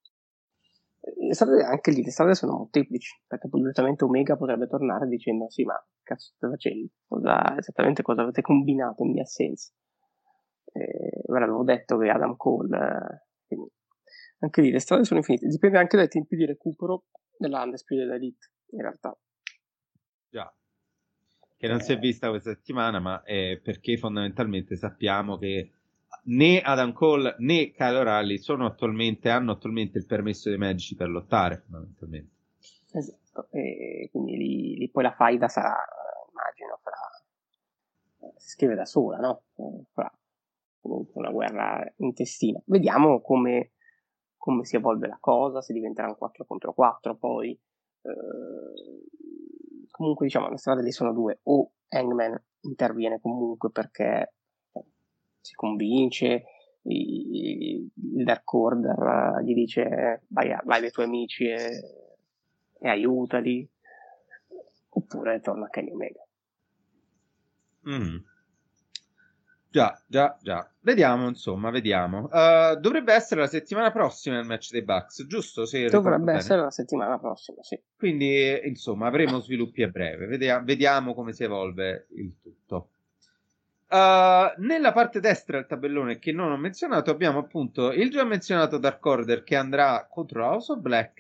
[SPEAKER 8] anche lì le strade sono molteplici, perché poi giustamente Omega potrebbe tornare dicendo sì, ma cazzo state facendo? Esattamente cosa avete combinato in mia assenza? Ve l'avevo detto che Adam Cole, quindi anche lì le strade sono infinite, dipende anche dai tempi di recupero della Undisputed Elite, in realtà.
[SPEAKER 7] Già, che non si è vista questa settimana, ma è perché fondamentalmente sappiamo che né Adam Cole né Kyle O'Reilly hanno attualmente il permesso dei medici per lottare, fondamentalmente.
[SPEAKER 8] Esatto, e quindi lì poi la faida sarà, immagino, si scrive da sola, no? Fra una guerra intestina. Vediamo come si evolve la cosa, se diventerà un 4 contro 4 poi. Comunque diciamo le strade lì sono due: o Hangman interviene comunque perché si convince, il Dark Order gli dice vai dai tuoi amici e aiutali, oppure torna Kenny Omega.
[SPEAKER 7] Già. Vediamo. Dovrebbe essere la settimana prossima il match dei Bucks, giusto?
[SPEAKER 8] Dovrebbe essere la settimana prossima, sì.
[SPEAKER 7] Quindi, insomma, avremo sviluppi a breve. Vediamo come si evolve il tutto. Nella parte destra del tabellone che non ho menzionato abbiamo appunto il già menzionato Dark Order che andrà contro la House of Black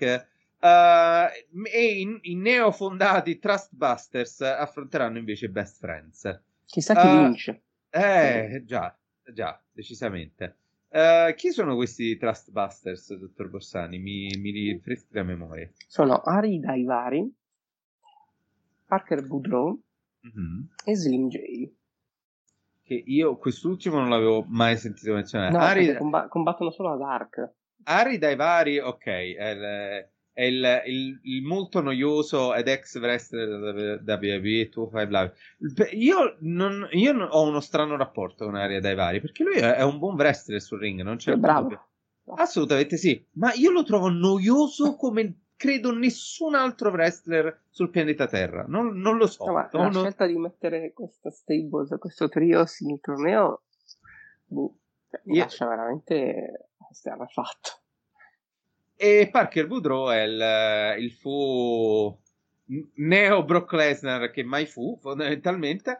[SPEAKER 7] e i neofondati Trustbusters affronteranno invece Best Friends.
[SPEAKER 8] Chissà chi vince.
[SPEAKER 7] Già, decisamente. Chi sono questi Trustbusters, dottor Borsani? Mi rinfreschi la memoria.
[SPEAKER 8] Sono Ari Daivari, Parker Boudreaux e Slim J.
[SPEAKER 7] Che io quest'ultimo non l'avevo mai sentito menzionare.
[SPEAKER 8] No, combattono solo a Dark.
[SPEAKER 7] Ari Daivari, ok, è il molto noioso ed ex wrestler da WWE 205 Live. Io ho uno strano rapporto con Ari Daivari, perché lui è un buon wrestler sul ring, non c'è
[SPEAKER 8] bravo.
[SPEAKER 7] Assolutamente sì, ma io lo trovo noioso come credo nessun altro wrestler sul pianeta Terra. Non lo so.
[SPEAKER 8] No, la scelta di mettere questa stable, questo trio in torneo mi lascia veramente esterrefatto.
[SPEAKER 7] E Parker Boudreaux è il fu neo Brock Lesnar che mai fu, fondamentalmente,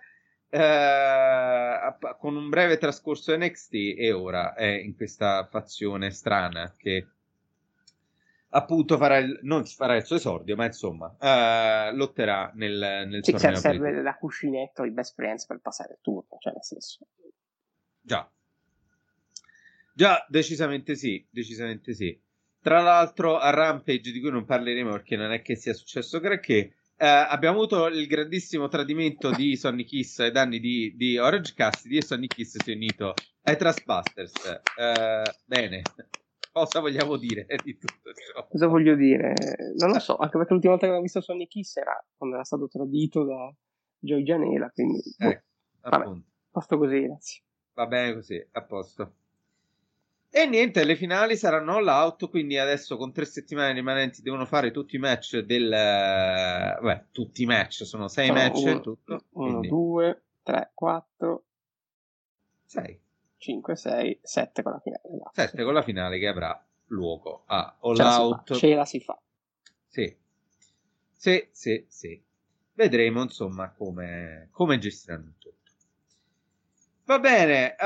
[SPEAKER 7] con un breve trascorso NXT, e ora è in questa fazione strana che appunto non farà il suo esordio, ma insomma lotterà nel torneo.
[SPEAKER 8] Serve da cuscinetto i Best Friends per passare il turno, cioè nel senso.
[SPEAKER 7] Già, decisamente sì. Tra l'altro a Rampage, di cui non parleremo perché non è che sia successo granché, abbiamo avuto il grandissimo tradimento di Sonny Kiss ai danni di Orange Cassidy, e Sonny Kiss si è unito ai Trustbusters. Bene, cosa vogliamo dire di tutto ciò?
[SPEAKER 8] Cosa voglio dire? Non lo so, anche perché l'ultima volta che avevo visto Sonny Kiss era quando era stato tradito da Joey Janela, quindi vabbè, posto così, grazie.
[SPEAKER 7] Va bene così, a posto. E niente, le finali saranno all out, quindi adesso con 3 settimane rimanenti devono fare tutti i match tutti i match, sono 6 match in tutto.
[SPEAKER 8] 1, 2, 3, 4,
[SPEAKER 7] 6,
[SPEAKER 8] 5, 6, 7 con la finale.
[SPEAKER 7] 7 con la finale che avrà luogo a all out.
[SPEAKER 8] Ce la si fa.
[SPEAKER 7] Sì. Vedremo insomma come gestiranno tutto. Va bene,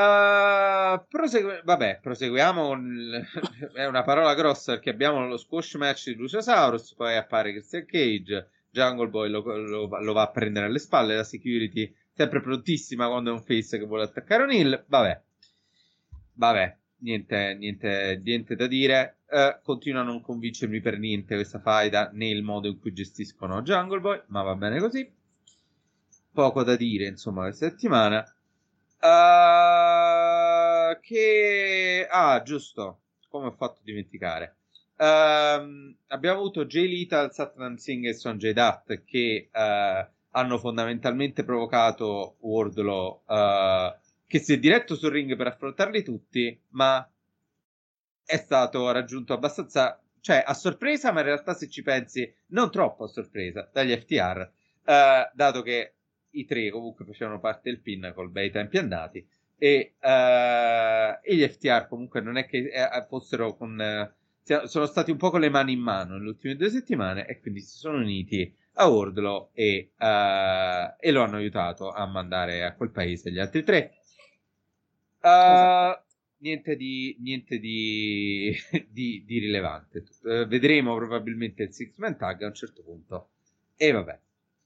[SPEAKER 7] proseguiamo con è una parola grossa perché abbiamo lo squash match di Luchasaurus, poi appare Christian Cage, Jungle Boy lo va a prendere alle spalle, la security sempre prontissima quando è un face che vuole attaccare un heel. Vabbè, niente da dire. Continua a non convincermi per niente questa faida né il modo in cui gestiscono Jungle Boy, ma va bene così. Poco da dire insomma questa settimana. Giusto, come ho fatto a dimenticare, abbiamo avuto Jay Lethal, Satnam Singh e Sonjay Dutt che hanno fondamentalmente provocato Wardlow che si è diretto sul ring per affrontarli tutti, ma è stato raggiunto abbastanza, cioè a sorpresa, ma in realtà se ci pensi non troppo a sorpresa dagli FTR, dato che i tre comunque facevano parte del Pinnacle, bei tempi andati, e gli FTR comunque non è che fossero sono stati un po' con le mani in mano nelle ultime 2 settimane, e quindi si sono uniti a Wardlow e lo hanno aiutato a mandare a quel paese gli altri tre. Niente di di rilevante. Vedremo probabilmente il Six Man Tag a un certo punto. E vabbè.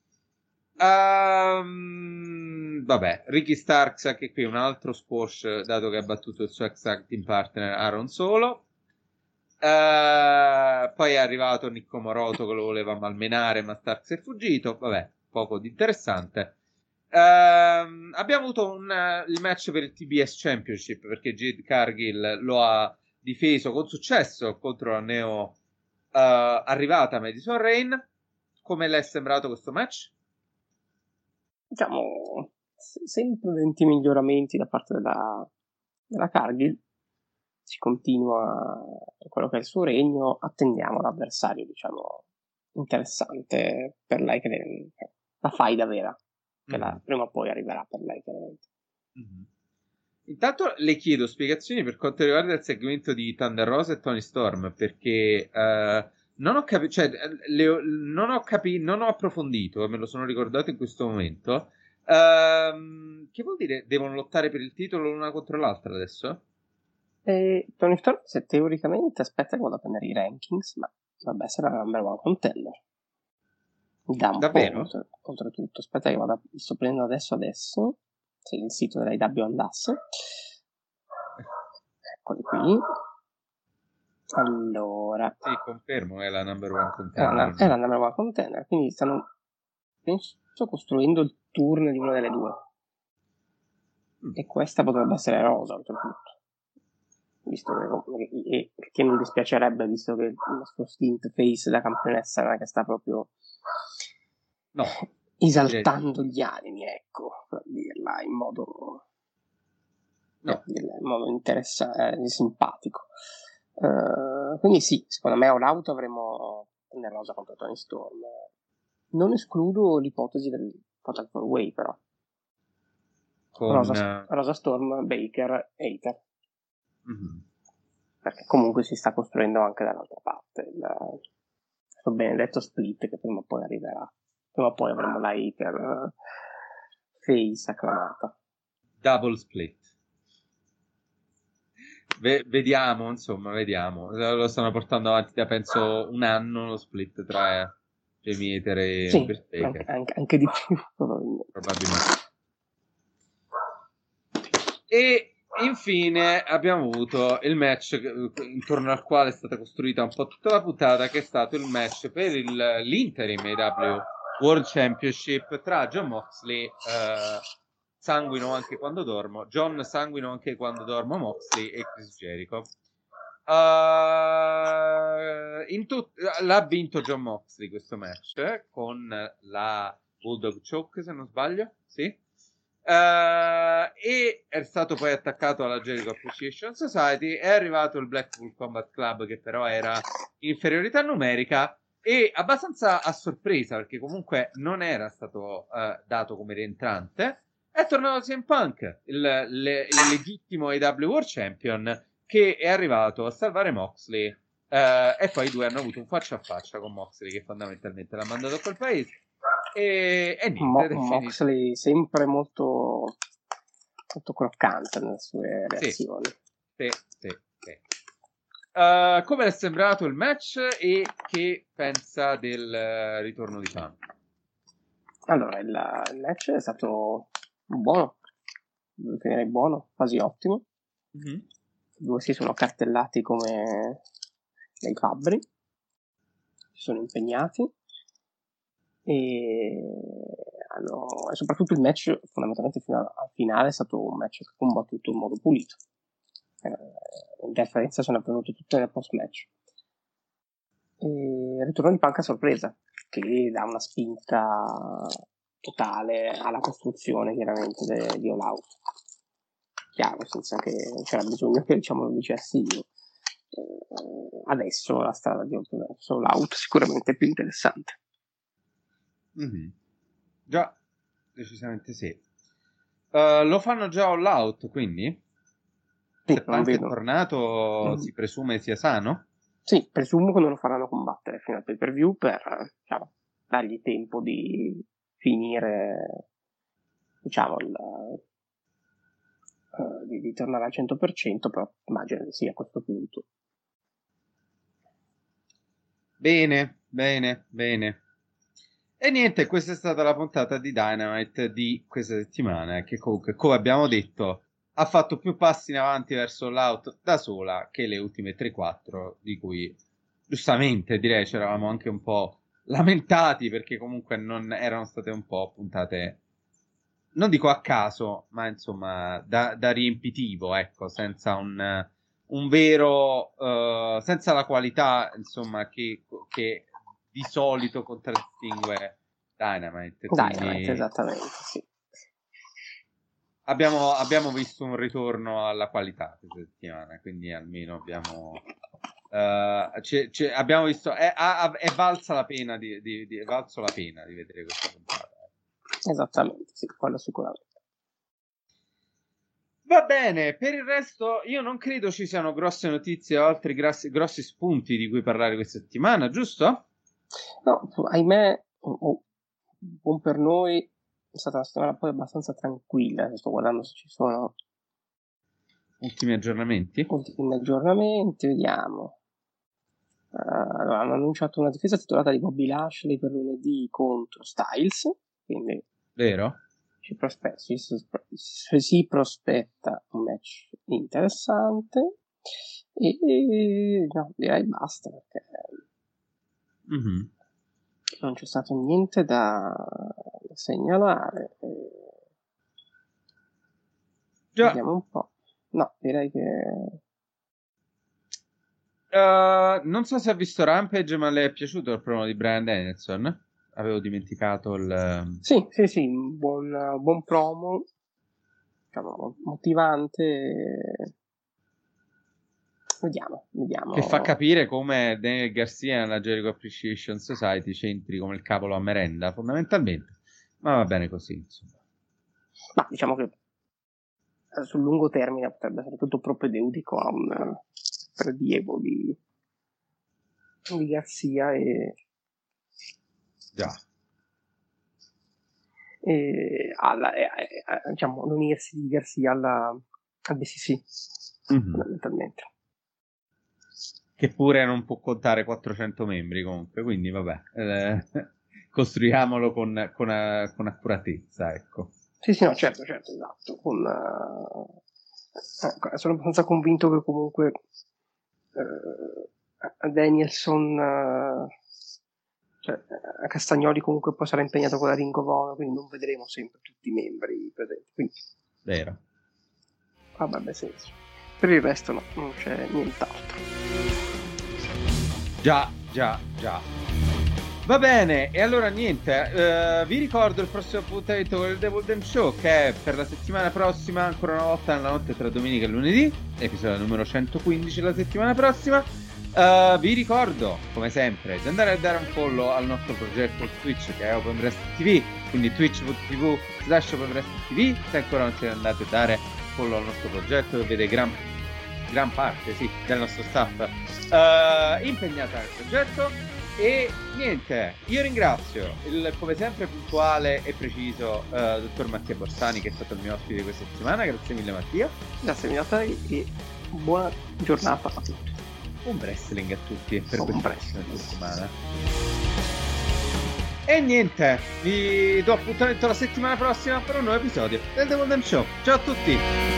[SPEAKER 7] Vabbè, Ricky Starks anche qui un altro squash, dato che ha battuto il suo ex tag team partner Aaron Solo. Poi è arrivato Nick Moroto che lo voleva malmenare, ma Starks è fuggito. Vabbè, poco di interessante. Abbiamo avuto il match per il TBS Championship, perché Jade Cargill lo ha difeso con successo contro la neo arrivata Madison Rain. Come le è sembrato questo match?
[SPEAKER 8] Diciamo sempre 20 miglioramenti da parte della Cargill. Si continua quello che è il suo regno. Attendiamo l'avversario, diciamo, interessante per lei, che la faida vera che prima o poi arriverà per lei, chiaramente.
[SPEAKER 7] Intanto le chiedo spiegazioni per quanto riguarda il segmento di Thunder Rosa e Tony Storm, perché non ho capito, cioè non ho approfondito, me lo sono ricordato in questo momento. Che vuol dire devono lottare per il titolo l'una contro l'altra adesso?
[SPEAKER 8] Tony Storm, se teoricamente aspetta che vada a prendere i rankings, ma vabbè, sarà la number one contender. Da un
[SPEAKER 7] Davvero?
[SPEAKER 8] po', oltretutto. Aspetta che vada, sto prendendo adesso. Sì, il sito dell'AEW andasse. Eccoli qui. Allora.
[SPEAKER 7] Sì, confermo, è la number one contender.
[SPEAKER 8] È la number one contender, quindi stanno, penso, costruendo il turn di una delle due. E questa potrebbe essere Rosa, oltretutto. Visto che non dispiacerebbe, visto che il nostro stint face da campionessa non è che sta proprio esaltando gli animi, ecco, per dirla in modo interessante, simpatico. Quindi sì, secondo me All Out avremo nel Rosa contro Tony Storm. Non escludo l'ipotesi del Fatal 4-Way, però con Rosa Storm, Baker, Hater. Perché comunque si sta costruendo anche dall'altra parte questo benedetto split che prima o poi arriverà. Prima o poi avremo la Hater face acclamata.
[SPEAKER 7] Double split. Vediamo. Lo stanno portando avanti da penso un anno, lo split tra Jamie Hater e Baker.
[SPEAKER 8] Anche di più
[SPEAKER 7] probabilmente. E infine abbiamo avuto il match intorno al quale è stata costruita un po' tutta la puntata, che è stato il match per l'interim AEW World Championship tra Jon Moxley, sanguino anche quando dormo, John sanguino anche quando dormo Moxley, e Chris Jericho. L'ha vinto Jon Moxley questo match con la Bulldog Choke, se non sbaglio, sì. E è stato poi attaccato alla Jericho Appreciation Society. È arrivato il Blackpool Combat Club, che però era in inferiorità numerica e abbastanza a sorpresa, perché comunque non era stato dato come rientrante. È tornato CM Punk, il legittimo AEW World Champion, che è arrivato a salvare Moxley, e poi i due hanno avuto un faccia a faccia con Moxley, che fondamentalmente l'ha mandato a quel paese. E niente,
[SPEAKER 8] Moxley sempre molto croccante nelle sue reazioni.
[SPEAKER 7] Sì. Come è sembrato il match e che pensa del ritorno di Punk?
[SPEAKER 8] Allora, il match è stato buono, definirei buono, quasi ottimo. I due si sono cartellati come dei fabbri, si sono impegnati e soprattutto il match fondamentalmente fino al finale è stato un match combattuto in modo pulito. Le interferenze sono avvenute tutte nel post match e il ritorno di Punk a sorpresa, che dà una spinta totale alla costruzione chiaramente di All Out, chiaro, senza che c'era bisogno che lo dicessi io. adesso la strada di All Out sicuramente è più interessante.
[SPEAKER 7] Mm-hmm. Già, decisamente sì. Lo fanno già All Out, quindi?
[SPEAKER 8] Sì,
[SPEAKER 7] Se anche il tornato si presume sia sano?
[SPEAKER 8] Sì, presumo che non lo faranno combattere fino al pay-per-view per dargli tempo di finire, diciamo, di tornare al 100%, però immagino che sia a questo punto.
[SPEAKER 7] Bene. E niente, questa è stata la puntata di Dynamite di questa settimana, che comunque, come abbiamo detto, ha fatto più passi in avanti verso l'out da sola che le ultime 3-4, di cui giustamente direi ci eravamo anche un po' lamentati, perché comunque non erano state un po' puntate, non dico a caso, ma insomma da riempitivo, ecco, senza un vero, senza la qualità, insomma, che di solito contraddistingue Dynamite.
[SPEAKER 8] Dynamite, esattamente, sì.
[SPEAKER 7] Abbiamo visto un ritorno alla qualità questa settimana, quindi almeno abbiamo visto, è valsa la pena è valso la pena di vedere questa puntata.
[SPEAKER 8] Esattamente, sì, quello sicuramente.
[SPEAKER 7] Va bene, per il resto io non credo ci siano grosse notizie o altri grossi spunti di cui parlare questa settimana, giusto?
[SPEAKER 8] No, ahimè, buon per noi, è stata una settimana poi abbastanza tranquilla. Sto guardando se ci sono
[SPEAKER 7] ultimi aggiornamenti,
[SPEAKER 8] vediamo. Allora, hanno annunciato una difesa titolata di Bobby Lashley per lunedì contro Styles, quindi
[SPEAKER 7] vero?
[SPEAKER 8] Si prospetta un match interessante e no, direi basta, perché non c'è stato niente da segnalare.
[SPEAKER 7] Già.
[SPEAKER 8] Vediamo un po'. No, direi che
[SPEAKER 7] non so se ha visto Rampage, ma le è piaciuto il promo di Bryan Danielson? Avevo dimenticato il...
[SPEAKER 8] Sì, un buon promo, diciamo, motivante. Vediamo.
[SPEAKER 7] Che fa capire come Daniel Garcia nella Jericho Appreciation Society c'entri come il cavolo a merenda, fondamentalmente. Ma va bene così, insomma.
[SPEAKER 8] Ma diciamo che sul lungo termine potrebbe essere tutto propedeutico a un prelievo di Garcia e...
[SPEAKER 7] Già.
[SPEAKER 8] Diciamo, l'unirsi di Garcia al BCC, fondamentalmente.
[SPEAKER 7] Che pure non può contare 400 membri comunque, quindi vabbè, costruiamolo con accuratezza, ecco.
[SPEAKER 8] Sì, no, certo, esatto. Sono abbastanza convinto che comunque Danielson, Castagnoli comunque poi sarà impegnato con la Ring of Honor, quindi non vedremo sempre tutti i membri presenti. Quindi,
[SPEAKER 7] vero.
[SPEAKER 8] Avrebbe senso. Per il resto no, non c'è nient'altro.
[SPEAKER 7] Già. Va bene, e allora niente, vi ricordo il prossimo appuntamento con il The Golden Show, che è per la settimana prossima, ancora una volta nella notte tra domenica e lunedì, episodio numero 115 la settimana prossima. Vi ricordo, come sempre, di andare a dare un follow al nostro progetto Twitch, che è Open Wrestling TV, quindi twitch.tv/OpenWrestlingTV. Se ancora non ce ne andate a dare follow al nostro progetto, che vede gran parte del nostro staff impegnata nel progetto. E niente, io ringrazio il, come sempre, puntuale e preciso dottor Mattia Borsani, che è stato il mio ospite questa settimana. Grazie mille, Mattia.
[SPEAKER 8] Grazie mille a te e buona giornata a tutti.
[SPEAKER 7] Un wrestling a tutti per questa settimana. E niente, vi do appuntamento la settimana prossima per un nuovo episodio del The Golden Show. Ciao a tutti.